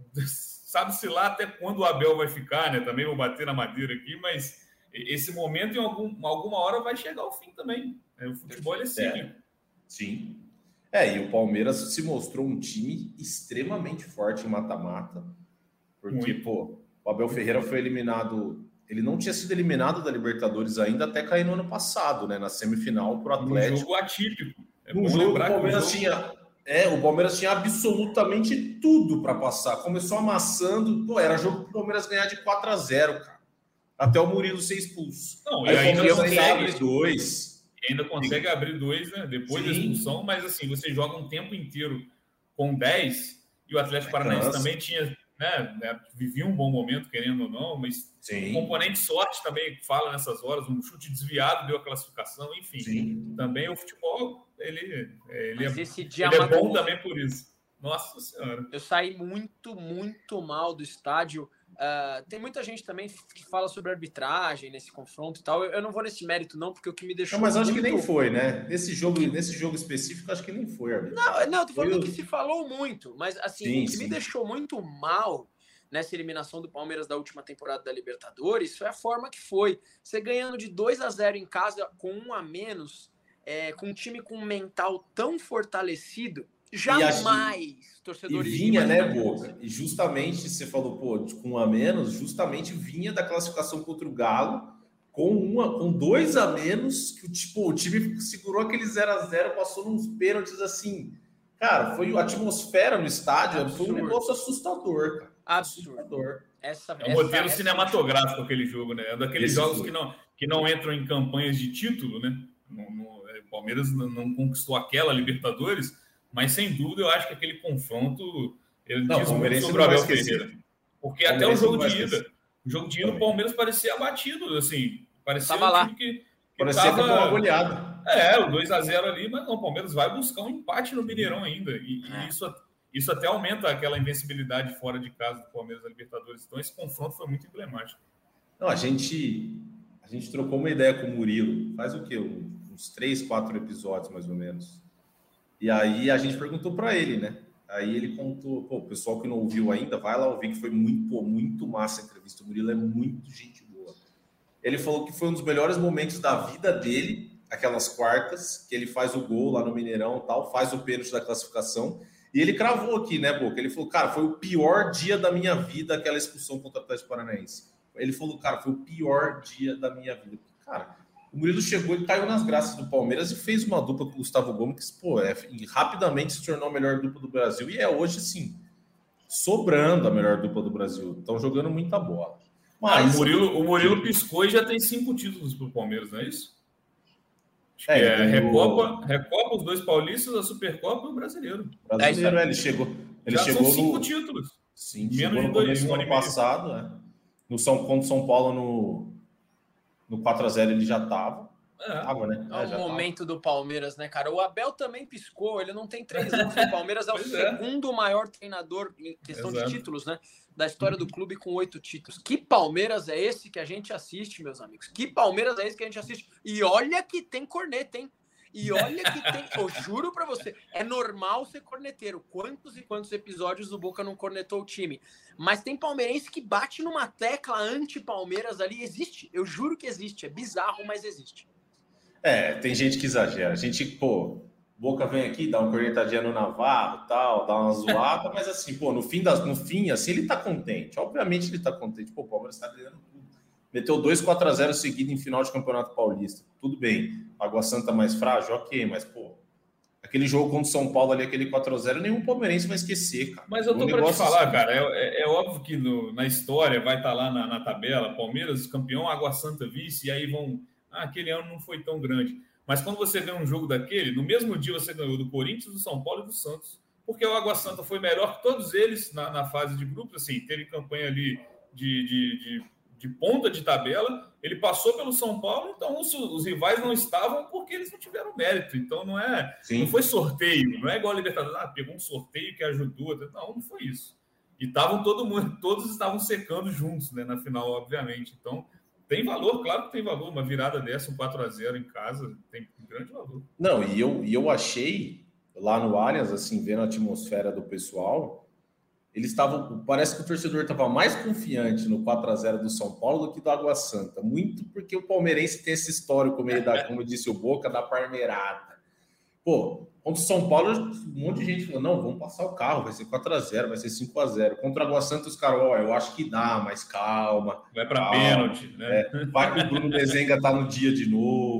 Sabe-se lá até quando o Abel vai ficar, né? Também vou bater na madeira aqui, mas esse momento, em algum, alguma hora, vai chegar ao fim também. O futebol é cíclico. É. Sim. É, e o Palmeiras se mostrou um time extremamente forte em mata-mata, porque, Muito. pô, o Abel Ferreira foi eliminado... Ele não tinha sido eliminado da Libertadores ainda até cair no ano passado, né? Na semifinal pro Atlético. Um jogo atípico. É um jogo que o Palmeiras jogo... tinha... É, o Palmeiras tinha absolutamente tudo para passar. Começou amassando. Pô, era jogo para o Palmeiras ganhar de quatro a zero, cara. Até o Murilo ser expulso. Não, Aí e ainda o consegue abre dois. E ainda consegue Sim. abrir dois, né? Depois Sim. da expulsão, mas assim, você joga um tempo inteiro com dez, e o Atlético é Paranaense também tinha, né, né? Vivia um bom momento, querendo ou não, mas Sim. o componente sorte também fala nessas horas, um chute desviado deu a classificação, enfim. Sim. Também o futebol. Ele, ele, é, esse ele é bom também por isso. Nossa Senhora. Eu saí muito, muito mal do estádio. Uh, tem muita gente também que fala sobre arbitragem nesse confronto e tal. Eu, eu não vou nesse mérito, não, porque o que me deixou. Não, mas acho muito... que nem foi, né? Nesse jogo, nesse jogo específico, acho que nem foi arbitragem. Não, não, tô falando foi... que se falou muito. Mas, assim, sim, o que sim. me deixou muito mal nessa eliminação do Palmeiras da última temporada da Libertadores foi a forma que foi. Você ganhando de dois a zero em casa com um a menos. É, com um time com um mental tão fortalecido, jamais torcedores... E vinha, né, Boca? E justamente, você falou, pô, com um a menos, justamente vinha da classificação contra o Galo, com, uma, com dois a menos, que tipo, o time segurou aquele zero a zero, passou nos pênaltis, assim... Cara, foi a atmosfera no estádio, Absurdo. Foi um negócio assustador, cara. Assustador. Essa, é um roteiro essa, cinematográfico essa... aquele jogo, né? É daqueles Esse jogos que não, que não entram em campanhas de título, né? No, no, o Palmeiras não conquistou aquela Libertadores, mas sem dúvida eu acho que aquele confronto ele não, diz muito sobre o Abel Ferreira. Porque o até o jogo de ida, o jogo de ida o Palmeiras parecia abatido, assim, parecia tava um lá. que, que parecia tava... que tava uma goleada. É, o dois a zero ali, mas não, o Palmeiras vai buscar um empate no Mineirão ainda, e, é. e isso, isso até aumenta aquela invencibilidade fora de casa do Palmeiras da Libertadores. Então esse confronto foi muito emblemático. Não, a gente... A A gente trocou uma ideia com o Murilo, faz o quê? Uns três, quatro episódios, mais ou menos. E aí a gente perguntou para ele, né? Aí ele contou, pô, o pessoal que não ouviu ainda, vai lá ouvir, que foi muito, pô, muito massa a entrevista. O Murilo é muito gente boa. Ele falou que foi um dos melhores momentos da vida dele, aquelas quartas, que ele faz o gol lá no Mineirão e tal, faz o pênalti da classificação. E ele cravou aqui, né, Boca? Ele falou, cara, foi o pior dia da minha vida aquela expulsão contra o Atlético Paranaense. Ele falou, cara, foi o pior dia da minha vida. Cara, o Murilo chegou e caiu nas graças do Palmeiras e fez uma dupla com o Gustavo Gomes, que, pô, é, e rapidamente se tornou a melhor dupla do Brasil. E é hoje, sim, sobrando a melhor dupla do Brasil. Estão jogando muita bola. Mas, ah, o, Murilo, o Murilo piscou e já tem cinco títulos para o Palmeiras, não é isso? Acho é, que é ganhou... Recopa, Recopa, os dois paulistas, a Supercopa e o Brasileiro. Brasileiro, é, ele chegou. Ele já chegou são cinco no... títulos. Sim, menos de no dois no ano passado, né? No São, contra o São Paulo no, no quatro a zero ele já estava. É. Tava, né? É, é, o momento tava. do Palmeiras, né, cara? O Abel também piscou, ele não tem três anos. O Palmeiras é o segundo é. maior treinador em questão Exato. de títulos, né? Da história do clube com oito títulos. Que Palmeiras é esse que a gente assiste, meus amigos? Que Palmeiras é esse que a gente assiste? E olha que tem corneta, hein? E olha que tem, eu juro pra você, é normal ser corneteiro. Quantos e quantos episódios o Boca não cornetou o time? Mas tem palmeirense que bate numa tecla anti-Palmeiras ali. Existe, eu juro que existe. É bizarro, mas existe. É, tem gente que exagera. A gente, pô, Boca vem aqui, dá uma cornetadinha no Navarro, tal, dá uma zoada, mas assim, pô, no fim, das, no fim, assim, ele tá contente. Obviamente ele tá contente. Pô, o Palmeiras tá ganhando tudo. Meteu dois quatro a zero seguido em final de Campeonato Paulista. Tudo bem. Água Santa mais frágil, ok, mas, pô, aquele jogo contra o São Paulo ali, aquele quatro a zero, nenhum palmeirense vai esquecer, cara. Mas eu tô para te falar, assim, cara, é, é óbvio que no, na história vai estar tá lá na, na tabela, Palmeiras campeão, Água Santa vice, e aí vão... Ah, aquele ano não foi tão grande. Mas quando você ganha um jogo daquele, no mesmo dia você ganhou do Corinthians, do São Paulo e do Santos. Porque o Água Santa foi melhor que todos eles na, na fase de grupos, assim, teve campanha ali de... de, de de ponta de tabela, ele passou pelo São Paulo, então os, os rivais não estavam porque eles não tiveram mérito, então não é, Sim. não foi sorteio, não é igual a Libertadores, ah, pegou um sorteio que ajudou, não, não foi isso. E estavam todo mundo, todos estavam secando juntos, né, na final, obviamente, então tem valor, claro que tem valor, uma virada dessa, um quatro a zero em casa, tem um grande valor. Não, e eu, e eu achei, lá no Allianz, assim, vendo a atmosfera do pessoal, eles estavam, parece que o torcedor estava mais confiante no quatro a zero do São Paulo do que do Água Santa. Muito porque o palmeirense tem esse histórico, como, ele dá, como disse o Boca, da parmeirada. Pô, contra o São Paulo, um monte de gente falou, não, vamos passar o carro, vai ser quatro a zero, vai ser cinco a zero. Contra o Água Santa, os caras, ó, eu acho que dá, mas calma. Vai para pênalti, né? É, vai que o Bruno Mezenga tá no dia de novo.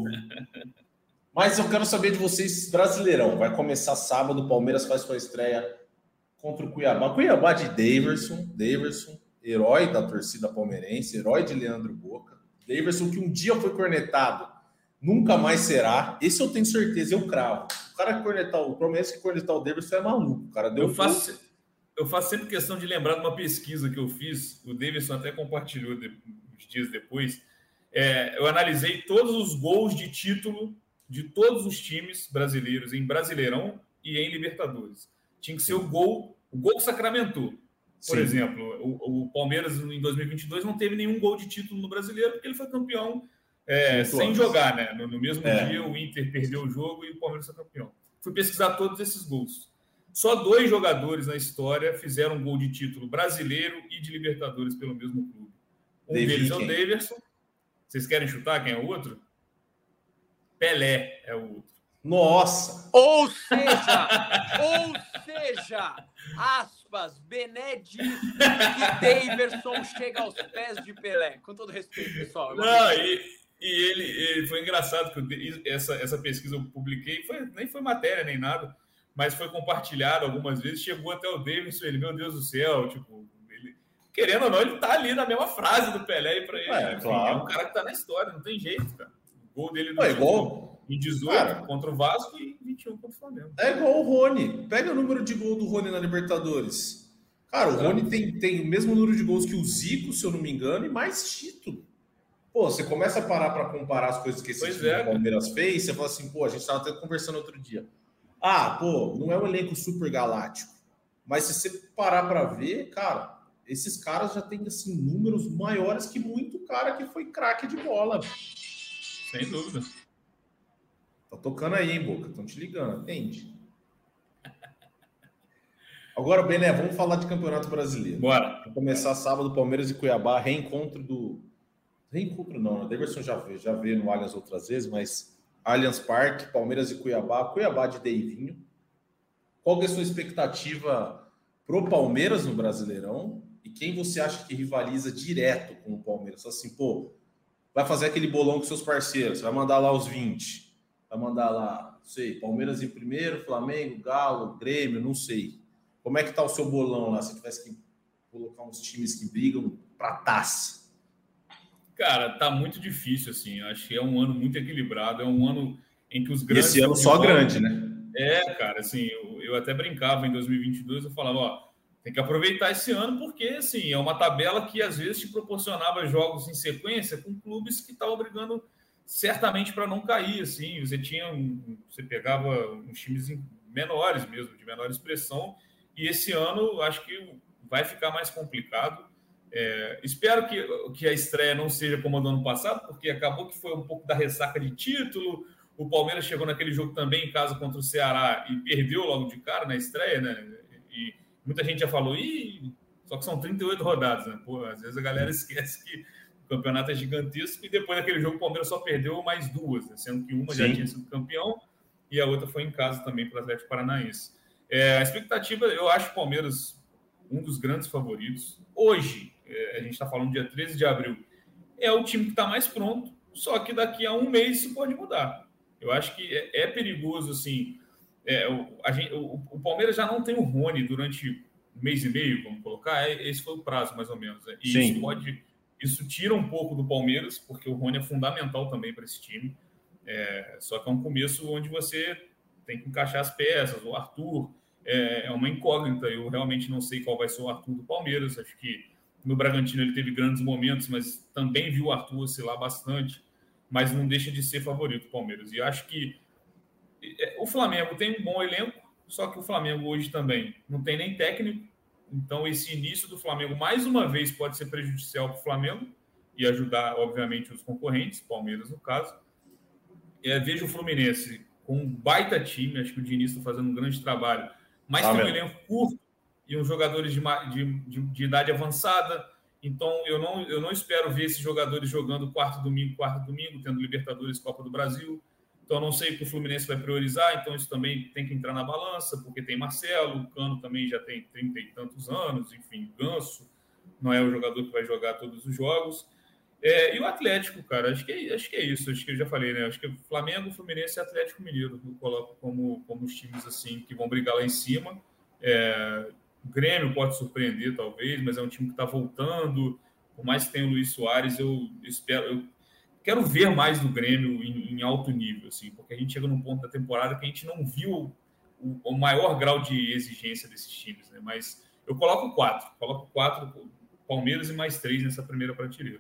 Mas eu quero saber de vocês, Brasileirão. Vai começar sábado, o Palmeiras faz sua estreia contra o Cuiabá. Cuiabá de Daverson, Daverson, herói da torcida palmeirense, herói de Leandro Boca. Daverson que um dia foi cornetado, nunca mais será. Esse eu tenho certeza, eu cravo. O cara que cornetar, o Palmeirense que cornetar o Daverson é maluco. O cara deu eu, faço, eu faço sempre questão de lembrar de uma pesquisa que eu fiz, o Daverson até compartilhou de, uns dias depois. É, eu analisei todos os gols de título de todos os times brasileiros em Brasileirão e em Libertadores. Tinha que ser o gol, o gol que sacramentou. Por Sim. exemplo, o, o Palmeiras em dois mil e vinte e dois não teve nenhum gol de título no Brasileiro porque ele foi campeão é, sem jogar, né? No, no mesmo é. dia o Inter perdeu o jogo e o Palmeiras foi campeão. Fui pesquisar todos esses gols. Só dois jogadores na história fizeram um gol de título brasileiro e de Libertadores pelo mesmo clube. Um David deles é o Daverson. Vocês querem chutar quem é o outro? Pelé é o outro. Nossa! Ou seja, ou seja, aspas, Bené diz que Daverson chega aos pés de Pelé. Com todo respeito, pessoal. Não, e, e ele, ele foi engraçado que essa, essa pesquisa eu publiquei, foi, nem foi matéria nem nada, mas foi compartilhado algumas vezes, chegou até o Daverson, ele, meu Deus do céu, tipo, ele, querendo ou não, ele tá ali na mesma frase do Pelé e para ele. É, enfim, claro. É um cara que tá na história, não tem jeito, cara. O gol dele no é igual em dezoito cara, contra o Vasco e vinte e um contra o Flamengo. É igual o Rony. Pega o número de gol do Rony na Libertadores. Cara, o Rony tem, tem o mesmo número de gols que o Zico, se eu não me engano, e mais título. Pô, você começa a parar para comparar as coisas que esse time é, do Palmeiras fez, você fala assim, pô, a gente estava até conversando outro dia. Ah, pô, não é um elenco super galáctico. Mas se você parar para ver, cara, esses caras já têm assim, números maiores que muito cara que foi craque de bola. Sem dúvida. Tá tocando aí, hein, Boca? Estão te ligando, entende? Agora, Bené, vamos falar de Campeonato Brasileiro. Bora. Vamos começar sábado, Palmeiras e Cuiabá, reencontro do... Reencontro não, o Davidson já veio, já veio no Allianz outras vezes, mas Allianz Parque, Palmeiras e Cuiabá, Cuiabá de Deivinho. Qual que é a sua expectativa pro Palmeiras no Brasileirão? E quem você acha que rivaliza direto com o Palmeiras? Assim, pô, vai fazer aquele bolão com seus parceiros, vai mandar lá os vinte, vai mandar lá, não sei, Palmeiras em primeiro, Flamengo, Galo, Grêmio, não sei. Como é que tá o seu bolão lá? Se tivesse que colocar uns times que brigam pra taça. Cara, tá muito difícil, assim. Acho que é um ano muito equilibrado, é um ano em que os grandes... E esse ano só grande, né? É, cara, assim, eu, eu até brincava em dois mil e vinte e dois, eu falava, ó, tem que aproveitar esse ano porque, assim, é uma tabela que às vezes te proporcionava jogos em sequência com clubes que estavam brigando certamente para não cair, assim. Você tinha, um, você pegava uns times menores mesmo, de menor expressão, e esse ano acho que vai ficar mais complicado. É, espero que, que a estreia não seja como a do ano passado, porque acabou que foi um pouco da ressaca de título. O Palmeiras chegou naquele jogo também em casa contra o Ceará e perdeu logo de cara na estreia, né? E muita gente já falou, Ih, só que são trinta e oito rodadas, né? Pô, às vezes a galera esquece que o campeonato é gigantesco e depois daquele jogo o Palmeiras só perdeu mais duas, né? Sendo que uma Sim. já tinha sido campeão e a outra foi em casa também para o Atlético Paranaense. É, a expectativa, eu acho o Palmeiras um dos grandes favoritos. Hoje, é, a gente está falando dia treze de abril, é o time que está mais pronto, só que daqui a um mês isso pode mudar. Eu acho que é, é perigoso, assim, é, o, a gente, o, o Palmeiras já não tem o Rony durante um mês e meio, vamos colocar, é, esse foi o prazo, mais ou menos. Né? E Sim. isso pode, isso tira um pouco do Palmeiras, porque o Rony é fundamental também para esse time, é, só que é um começo onde você tem que encaixar as peças, o Arthur é, é uma incógnita, eu realmente não sei qual vai ser o Arthur do Palmeiras, acho que no Bragantino ele teve grandes momentos, mas também viu o Arthur oscilar bastante, mas não deixa de ser favorito do Palmeiras. E acho que o Flamengo tem um bom elenco, só que o Flamengo hoje também não tem nem técnico, então esse início do Flamengo, mais uma vez, pode ser prejudicial para o Flamengo e ajudar, obviamente, os concorrentes, Palmeiras no caso. É, vejo o Fluminense com um baita time, acho que o Diniz está fazendo um grande trabalho, mas ah, tem um elenco curto e uns jogadores de, de, de, de idade avançada. Então, eu não, eu não espero ver esses jogadores jogando quarto domingo, quarto domingo, tendo Libertadores, Copa do Brasil. Então, eu não sei o que o Fluminense vai priorizar. Então, isso também tem que entrar na balança, porque tem Marcelo, o Cano também já tem trinta e tantos anos, enfim, Ganso não é o jogador que vai jogar todos os jogos. É, e o Atlético, cara, acho que, é, acho que é isso. Acho que eu já falei, né? Acho que Flamengo, Fluminense e Atlético Mineiro eu coloco como, como os times assim, que vão brigar lá em cima. É, o Grêmio pode surpreender, talvez, mas é um time que está voltando. Por mais que tenha o Luiz Soares, eu espero, eu quero ver mais do Grêmio em, em alto nível, assim, porque a gente chega num ponto da temporada que a gente não viu o, o maior grau de exigência desses times, né? Mas eu coloco quatro, coloco quatro Palmeiras e mais três nessa primeira prateleira.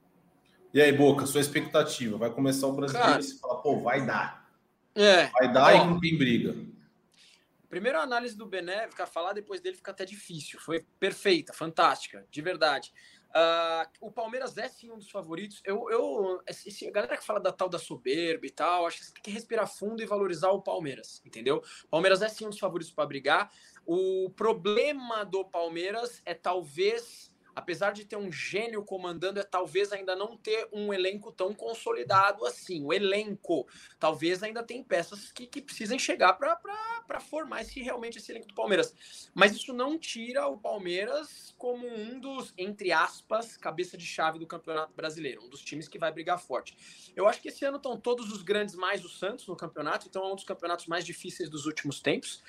E aí, Boca, sua expectativa? Vai começar o Brasileiro e você fala, pô, vai dar. É, vai dar ó, e com quem briga. Primeiro a análise do Bené, ficar falar depois dele fica até difícil. Foi perfeita, fantástica, de verdade. Uh, o Palmeiras é sim um dos favoritos. Eu, eu, esse, a galera que fala da tal da soberba e tal, acho que você tem que respirar fundo e valorizar o Palmeiras, entendeu? O Palmeiras é sim um dos favoritos para brigar. O problema do Palmeiras é talvez, apesar de ter um gênio comandando, é talvez ainda não ter um elenco tão consolidado assim. O elenco, talvez ainda tem peças que, que precisem chegar para formar esse, realmente esse elenco do Palmeiras. Mas isso não tira o Palmeiras como um dos, entre aspas, cabeça de chave do Campeonato Brasileiro, um dos times que vai brigar forte. Eu acho que esse ano estão todos os grandes mais o Santos no campeonato, então é um dos campeonatos mais difíceis dos últimos tempos.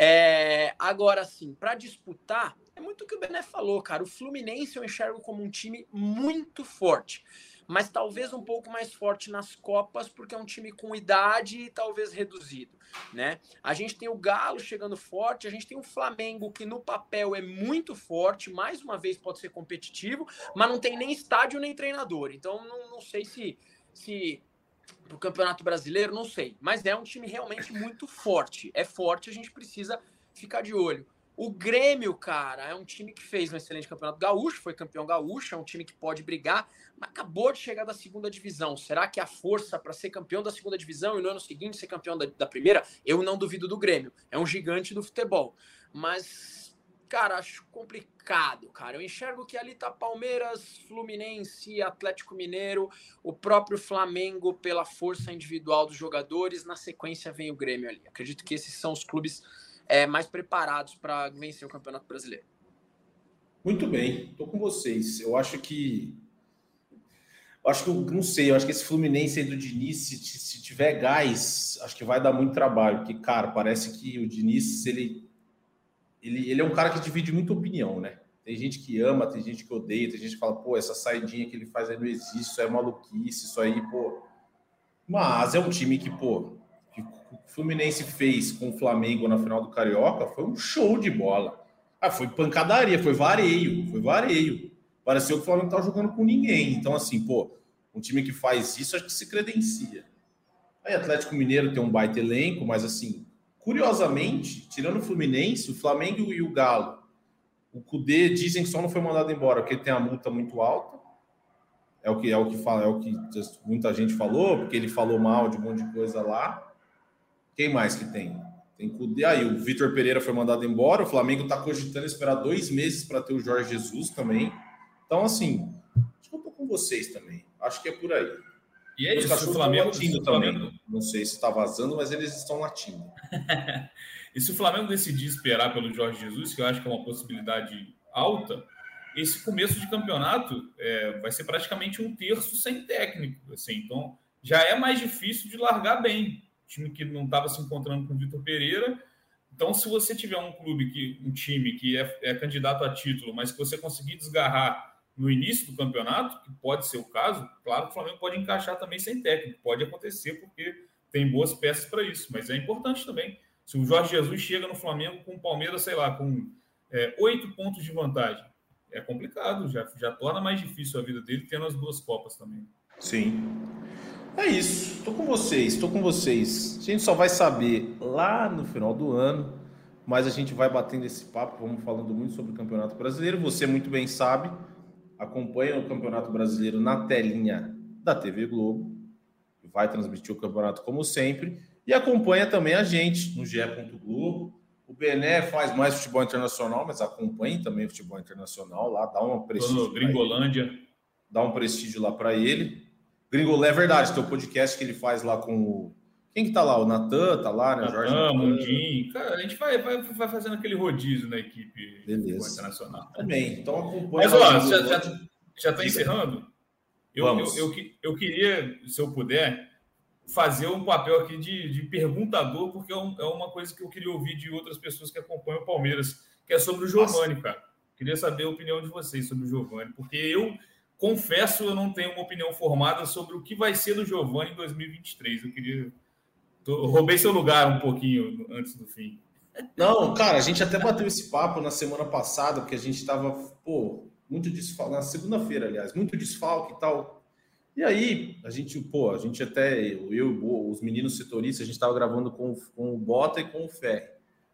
É, agora sim, para disputar, é muito o que o Bené falou, cara. O Fluminense eu enxergo como um time muito forte, mas talvez um pouco mais forte nas Copas, porque é um time com idade e talvez reduzido, né? A gente tem o Galo chegando forte, a gente tem o Flamengo, que no papel é muito forte, mais uma vez pode ser competitivo, mas não tem nem estádio nem treinador. Então não, não sei se... se pro Campeonato Brasileiro, não sei. Mas é um time realmente muito forte. É forte, a gente precisa ficar de olho. O Grêmio, cara, é um time que fez um excelente campeonato gaúcho, foi campeão gaúcho, é um time que pode brigar, mas acabou de chegar da segunda divisão. Será que a força para ser campeão da segunda divisão e no ano seguinte ser campeão da, da primeira? Eu não duvido do Grêmio, é um gigante do futebol. Mas, cara, acho complicado, cara. Eu enxergo que ali tá Palmeiras, Fluminense, Atlético Mineiro, o próprio Flamengo pela força individual dos jogadores, na sequência vem o Grêmio ali. Acredito que esses são os clubes É, mais preparados para vencer o Campeonato Brasileiro. Muito bem, estou com vocês. Eu acho que... Eu acho que, não sei, eu acho que esse Fluminense aí do Diniz, se, se tiver gás, acho que vai dar muito trabalho, porque, cara, parece que o Diniz, ele, ele, ele é um cara que divide muita opinião, né? Tem gente que ama, tem gente que odeia, tem gente que fala, pô, essa saidinha que ele faz aí não existe, isso é maluquice, isso aí, pô... Mas é um time que, pô... que o Fluminense fez com o Flamengo na final do Carioca foi um show de bola. Ah, foi pancadaria, foi vareio, foi vareio. Pareceu que o Flamengo não estava jogando com ninguém. Então, assim, pô, um time que faz isso, acho que se credencia. Aí, Atlético Mineiro tem um baita elenco, mas, assim, curiosamente, tirando o Fluminense, o Flamengo e o Galo, o Cudê dizem que só não foi mandado embora porque tem a multa muito alta. É o que, é o que, fala, é o que muita gente falou, porque ele falou mal de um monte de coisa lá. Quem mais que tem? Tem Cudê. Aí o Vitor Pereira foi mandado embora. O Flamengo está cogitando esperar dois meses para ter o Jorge Jesus também. Então, assim, acho que eu tô com vocês também. Acho que é por aí. E é Os isso, o Flamengo latindo também. Flamengo... Não sei se está vazando, mas eles estão latindo. E se o Flamengo decidir esperar pelo Jorge Jesus, que eu acho que é uma possibilidade alta, esse começo de campeonato é, vai ser praticamente um terço sem técnico. Assim, então, já é mais difícil de largar bem. Time que não estava se encontrando com o Vitor Pereira. Então, se você tiver um clube, que, um time que é, é candidato a título, mas que você conseguir desgarrar no início do campeonato, que pode ser o caso, claro que o Flamengo pode encaixar também sem técnico. Pode acontecer, porque tem boas peças para isso. Mas é importante também. Se o Jorge Jesus chega no Flamengo com o Palmeiras, sei lá, com é, oito pontos de vantagem, é complicado. Já, já torna mais difícil a vida dele, tendo as duas Copas também. Sim. É isso, estou com vocês, estou com vocês. A gente só vai saber lá no final do ano, mas a gente vai batendo esse papo, vamos falando muito sobre o Campeonato Brasileiro. Você muito bem sabe, acompanha o Campeonato Brasileiro na telinha da T V Globo, vai transmitir o campeonato como sempre, e acompanha também a gente no G E. Globo. O Bené faz mais futebol internacional, mas acompanha também o futebol internacional lá, dá uma prestígio. Gringolândia. Dá um prestígio lá para ele. Gringolé, é verdade, tem o podcast que ele faz lá com o... Quem que tá lá? O Natan tá lá, né? Natan, Jorge Mundinho. Cara, a gente vai, vai, vai fazendo aquele rodízio na equipe internacional. Também, então acompanha. Mas, ó, já, já, já tá encerrando? Eu, eu, eu, eu, eu queria, se eu puder, fazer um papel aqui de, de perguntador, porque é, um, é uma coisa que eu queria ouvir de outras pessoas que acompanham o Palmeiras, que é sobre o Giovani, cara. Queria saber a opinião de vocês sobre o Giovani, porque eu... Confesso, eu não tenho uma opinião formada sobre o que vai ser do Giovani em dois mil e vinte e três. Eu queria... Eu roubei seu lugar um pouquinho antes do fim. Não, cara, a gente até bateu esse papo na semana passada, porque a gente estava, pô, muito desfalque, na segunda-feira, aliás, muito desfalque e tal. E aí, a gente, pô, a gente até, eu, eu os meninos setoristas, a gente estava gravando com, com o Bota e com o Ferri.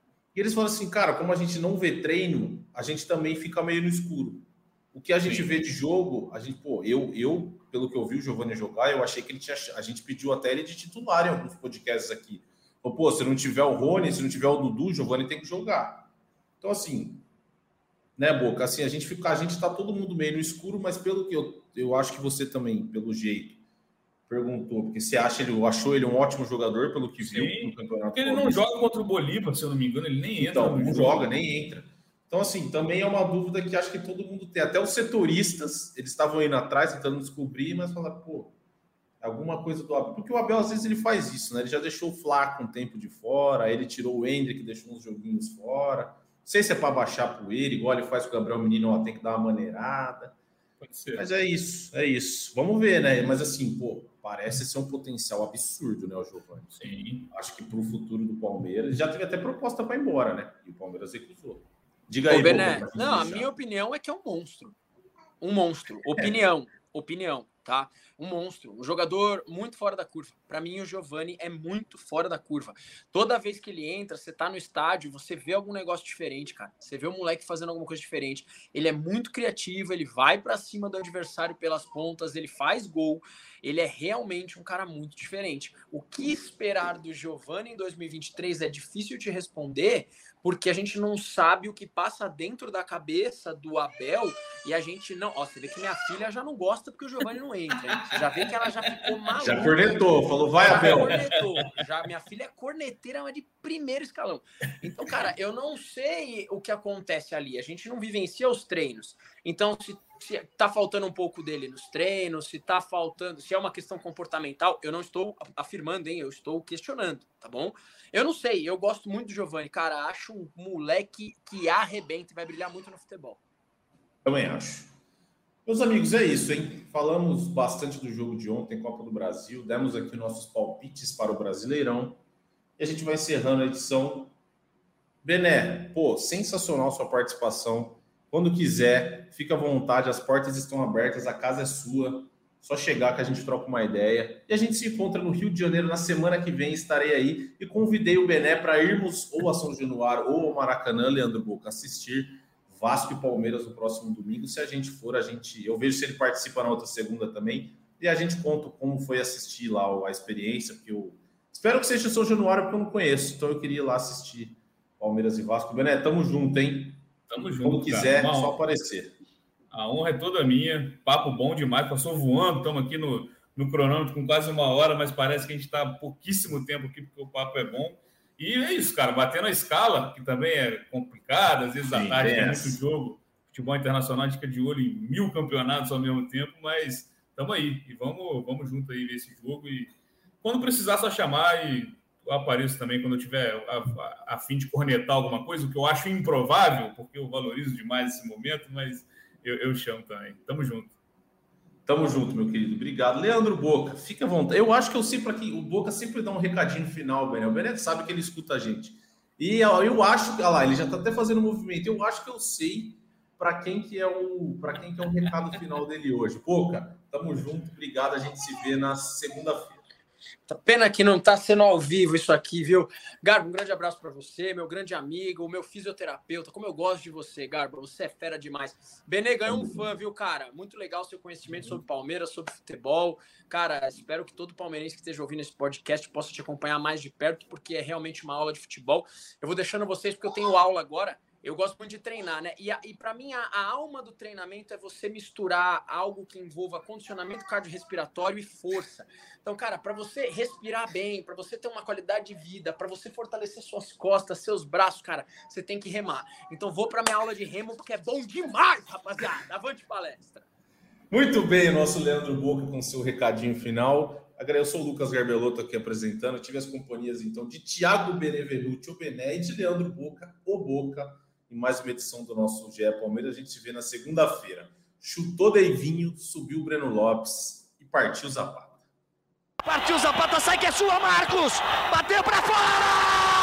E eles falaram assim, cara, como a gente não vê treino, a gente também fica meio no escuro. O que a gente Sim. vê de jogo, a gente, pô, eu, eu, pelo que eu vi o Giovani jogar, eu achei que ele tinha, a gente pediu até ele de titular em alguns podcasts aqui. Então, pô, se não tiver o Rony, se não tiver o Dudu, o Giovani tem que jogar. Então, assim, né, Boca, assim, a gente fica, a gente tá todo mundo meio no escuro, mas pelo que eu, eu acho que você também, pelo jeito, perguntou, porque você acha ele, achou ele um ótimo jogador, pelo que Sim, viu no campeonato. Porque ele não joga contra o Bolívar, se eu não me engano, ele nem entra. Então, no não jogo. joga, nem entra. Então, assim, também é uma dúvida que acho que todo mundo tem. Até os setoristas, eles estavam indo atrás, tentando descobrir, mas falaram, pô, alguma coisa do Abel. Porque o Abel, às vezes, ele faz isso, né? Ele já deixou o Flaco um tempo de fora, aí ele tirou o Hendrick, deixou uns joguinhos fora. Não sei se é para baixar a poeira, igual ele faz com o Gabriel Menino, ó, tem que dar uma maneirada. Pode ser. Mas é isso, é isso. Vamos ver, né? Mas, assim, pô, parece ser um potencial absurdo, né, o Giovani? Sim. Acho que para o futuro do Palmeiras, já teve até proposta para ir embora, né? E o Palmeiras recusou. Diga aí, Ô, Bené, Boca, não, deixar. A minha opinião é que é um monstro. Um monstro. Opinião. É. Opinião. tá? Um monstro, um jogador muito fora da curva. Para mim, o Giovani é muito fora da curva. Toda vez que ele entra, você tá no estádio, você vê algum negócio diferente, cara. Você vê o moleque fazendo alguma coisa diferente. Ele é muito criativo, ele vai para cima do adversário pelas pontas, ele faz gol. Ele é realmente um cara muito diferente. O que esperar do Giovani em dois mil e vinte e três é difícil de responder, porque a gente não sabe o que passa dentro da cabeça do Abel e a gente não... Ó, você vê que minha filha já não gosta porque o Giovani não entra, hein? Você já vê que ela já ficou maluca. Já cornetou, falou, vai, já Abel. Cornetou. Já, minha filha é corneteira, mas de primeiro escalão. Então, cara, eu não sei o que acontece ali. A gente não vivencia os treinos. Então, se, se tá faltando um pouco dele nos treinos, se tá faltando... Se é uma questão comportamental, eu não estou afirmando, hein? Eu estou questionando, tá bom? Eu não sei, eu gosto muito do Giovani. Cara, acho um moleque que arrebenta e vai brilhar muito no futebol. Também acho. Meus amigos, é isso, hein? Falamos bastante do jogo de ontem, Copa do Brasil. Demos aqui nossos palpites para o Brasileirão. E a gente vai encerrando a edição. Bené, pô, sensacional sua participação. Quando quiser, fica à vontade. As portas estão abertas, a casa é sua. Só chegar que a gente troca uma ideia. E a gente se encontra no Rio de Janeiro na semana que vem. Estarei aí e convidei o Bené para irmos ou a São Januário ou ao Maracanã, Leandro Boca, assistir Vasco e Palmeiras no próximo domingo. Se a gente for, a gente, eu vejo se ele participa na outra segunda também. E a gente conta como foi assistir lá a experiência. Porque eu espero que seja o São Januário, porque eu não conheço. Então eu queria ir lá assistir Palmeiras e Vasco. Bené, tamo junto, hein? Tamo junto. Como quiser, cara. só aparecer. A honra é toda minha. Papo bom demais. Passou voando. Estamos aqui no, no cronômetro com quase uma hora, mas parece que a gente está há pouquíssimo tempo aqui, porque o papo é bom. E é isso, cara. Batendo a escala, que também é complicado. Às vezes à tarde tem muito jogo. Futebol internacional, a gente fica de olho em mil campeonatos ao mesmo tempo, mas estamos aí. E vamos, vamos junto aí ver esse jogo. E quando precisar, só chamar. E eu apareço também quando eu tiver a, a, a fim de cornetar alguma coisa, o que eu acho improvável, porque eu valorizo demais esse momento, mas... Eu, eu chamo também. Tamo junto. Tamo junto, meu querido. Obrigado. Leandro Boca, fica à vontade. Eu acho que eu sempre aqui, o Boca sempre dá um recadinho final, Bené. O Bené sabe que ele escuta a gente. E ó, eu acho que, olha lá, ele já tá até fazendo um movimento. Eu acho que eu sei para quem que é o para quem que é o recado final dele hoje. Boca, tamo junto. Obrigado. A gente se vê na segunda-feira. Tá pena que não tá sendo ao vivo isso aqui, viu? Garbo, um grande abraço para você, meu grande amigo, o meu fisioterapeuta. Como eu gosto de você, Garbo, você é fera demais. Benê ganhou um fã, viu, cara? Muito legal seu conhecimento sobre Palmeiras, sobre futebol. Cara, espero que todo palmeirense que esteja ouvindo esse podcast possa te acompanhar mais de perto, porque é realmente uma aula de futebol. Eu vou deixando vocês, porque eu tenho aula agora. Eu gosto muito de treinar, né? E, a, e para mim, a, a alma do treinamento é você misturar algo que envolva condicionamento cardiorrespiratório e força. Então, cara, para você respirar bem, para você ter uma qualidade de vida, para você fortalecer suas costas, seus braços, cara, você tem que remar. Então, vou para minha aula de remo, porque é bom demais, rapaziada. Avante palestra. Muito bem, nosso Leandro Boca com seu recadinho final. Eu sou o Lucas Garbelotto aqui apresentando. Eu tive as companhias, então, de Thiago Benevenuti, o Bené, e de Leandro Boca, o Boca, em mais uma edição do nosso G E Palmeiras. A gente se vê na segunda-feira. Chutou Deivinho, subiu o Breno Lopes e partiu Zapata. Partiu Zapata, sai que é sua, Marcos! Bateu pra fora!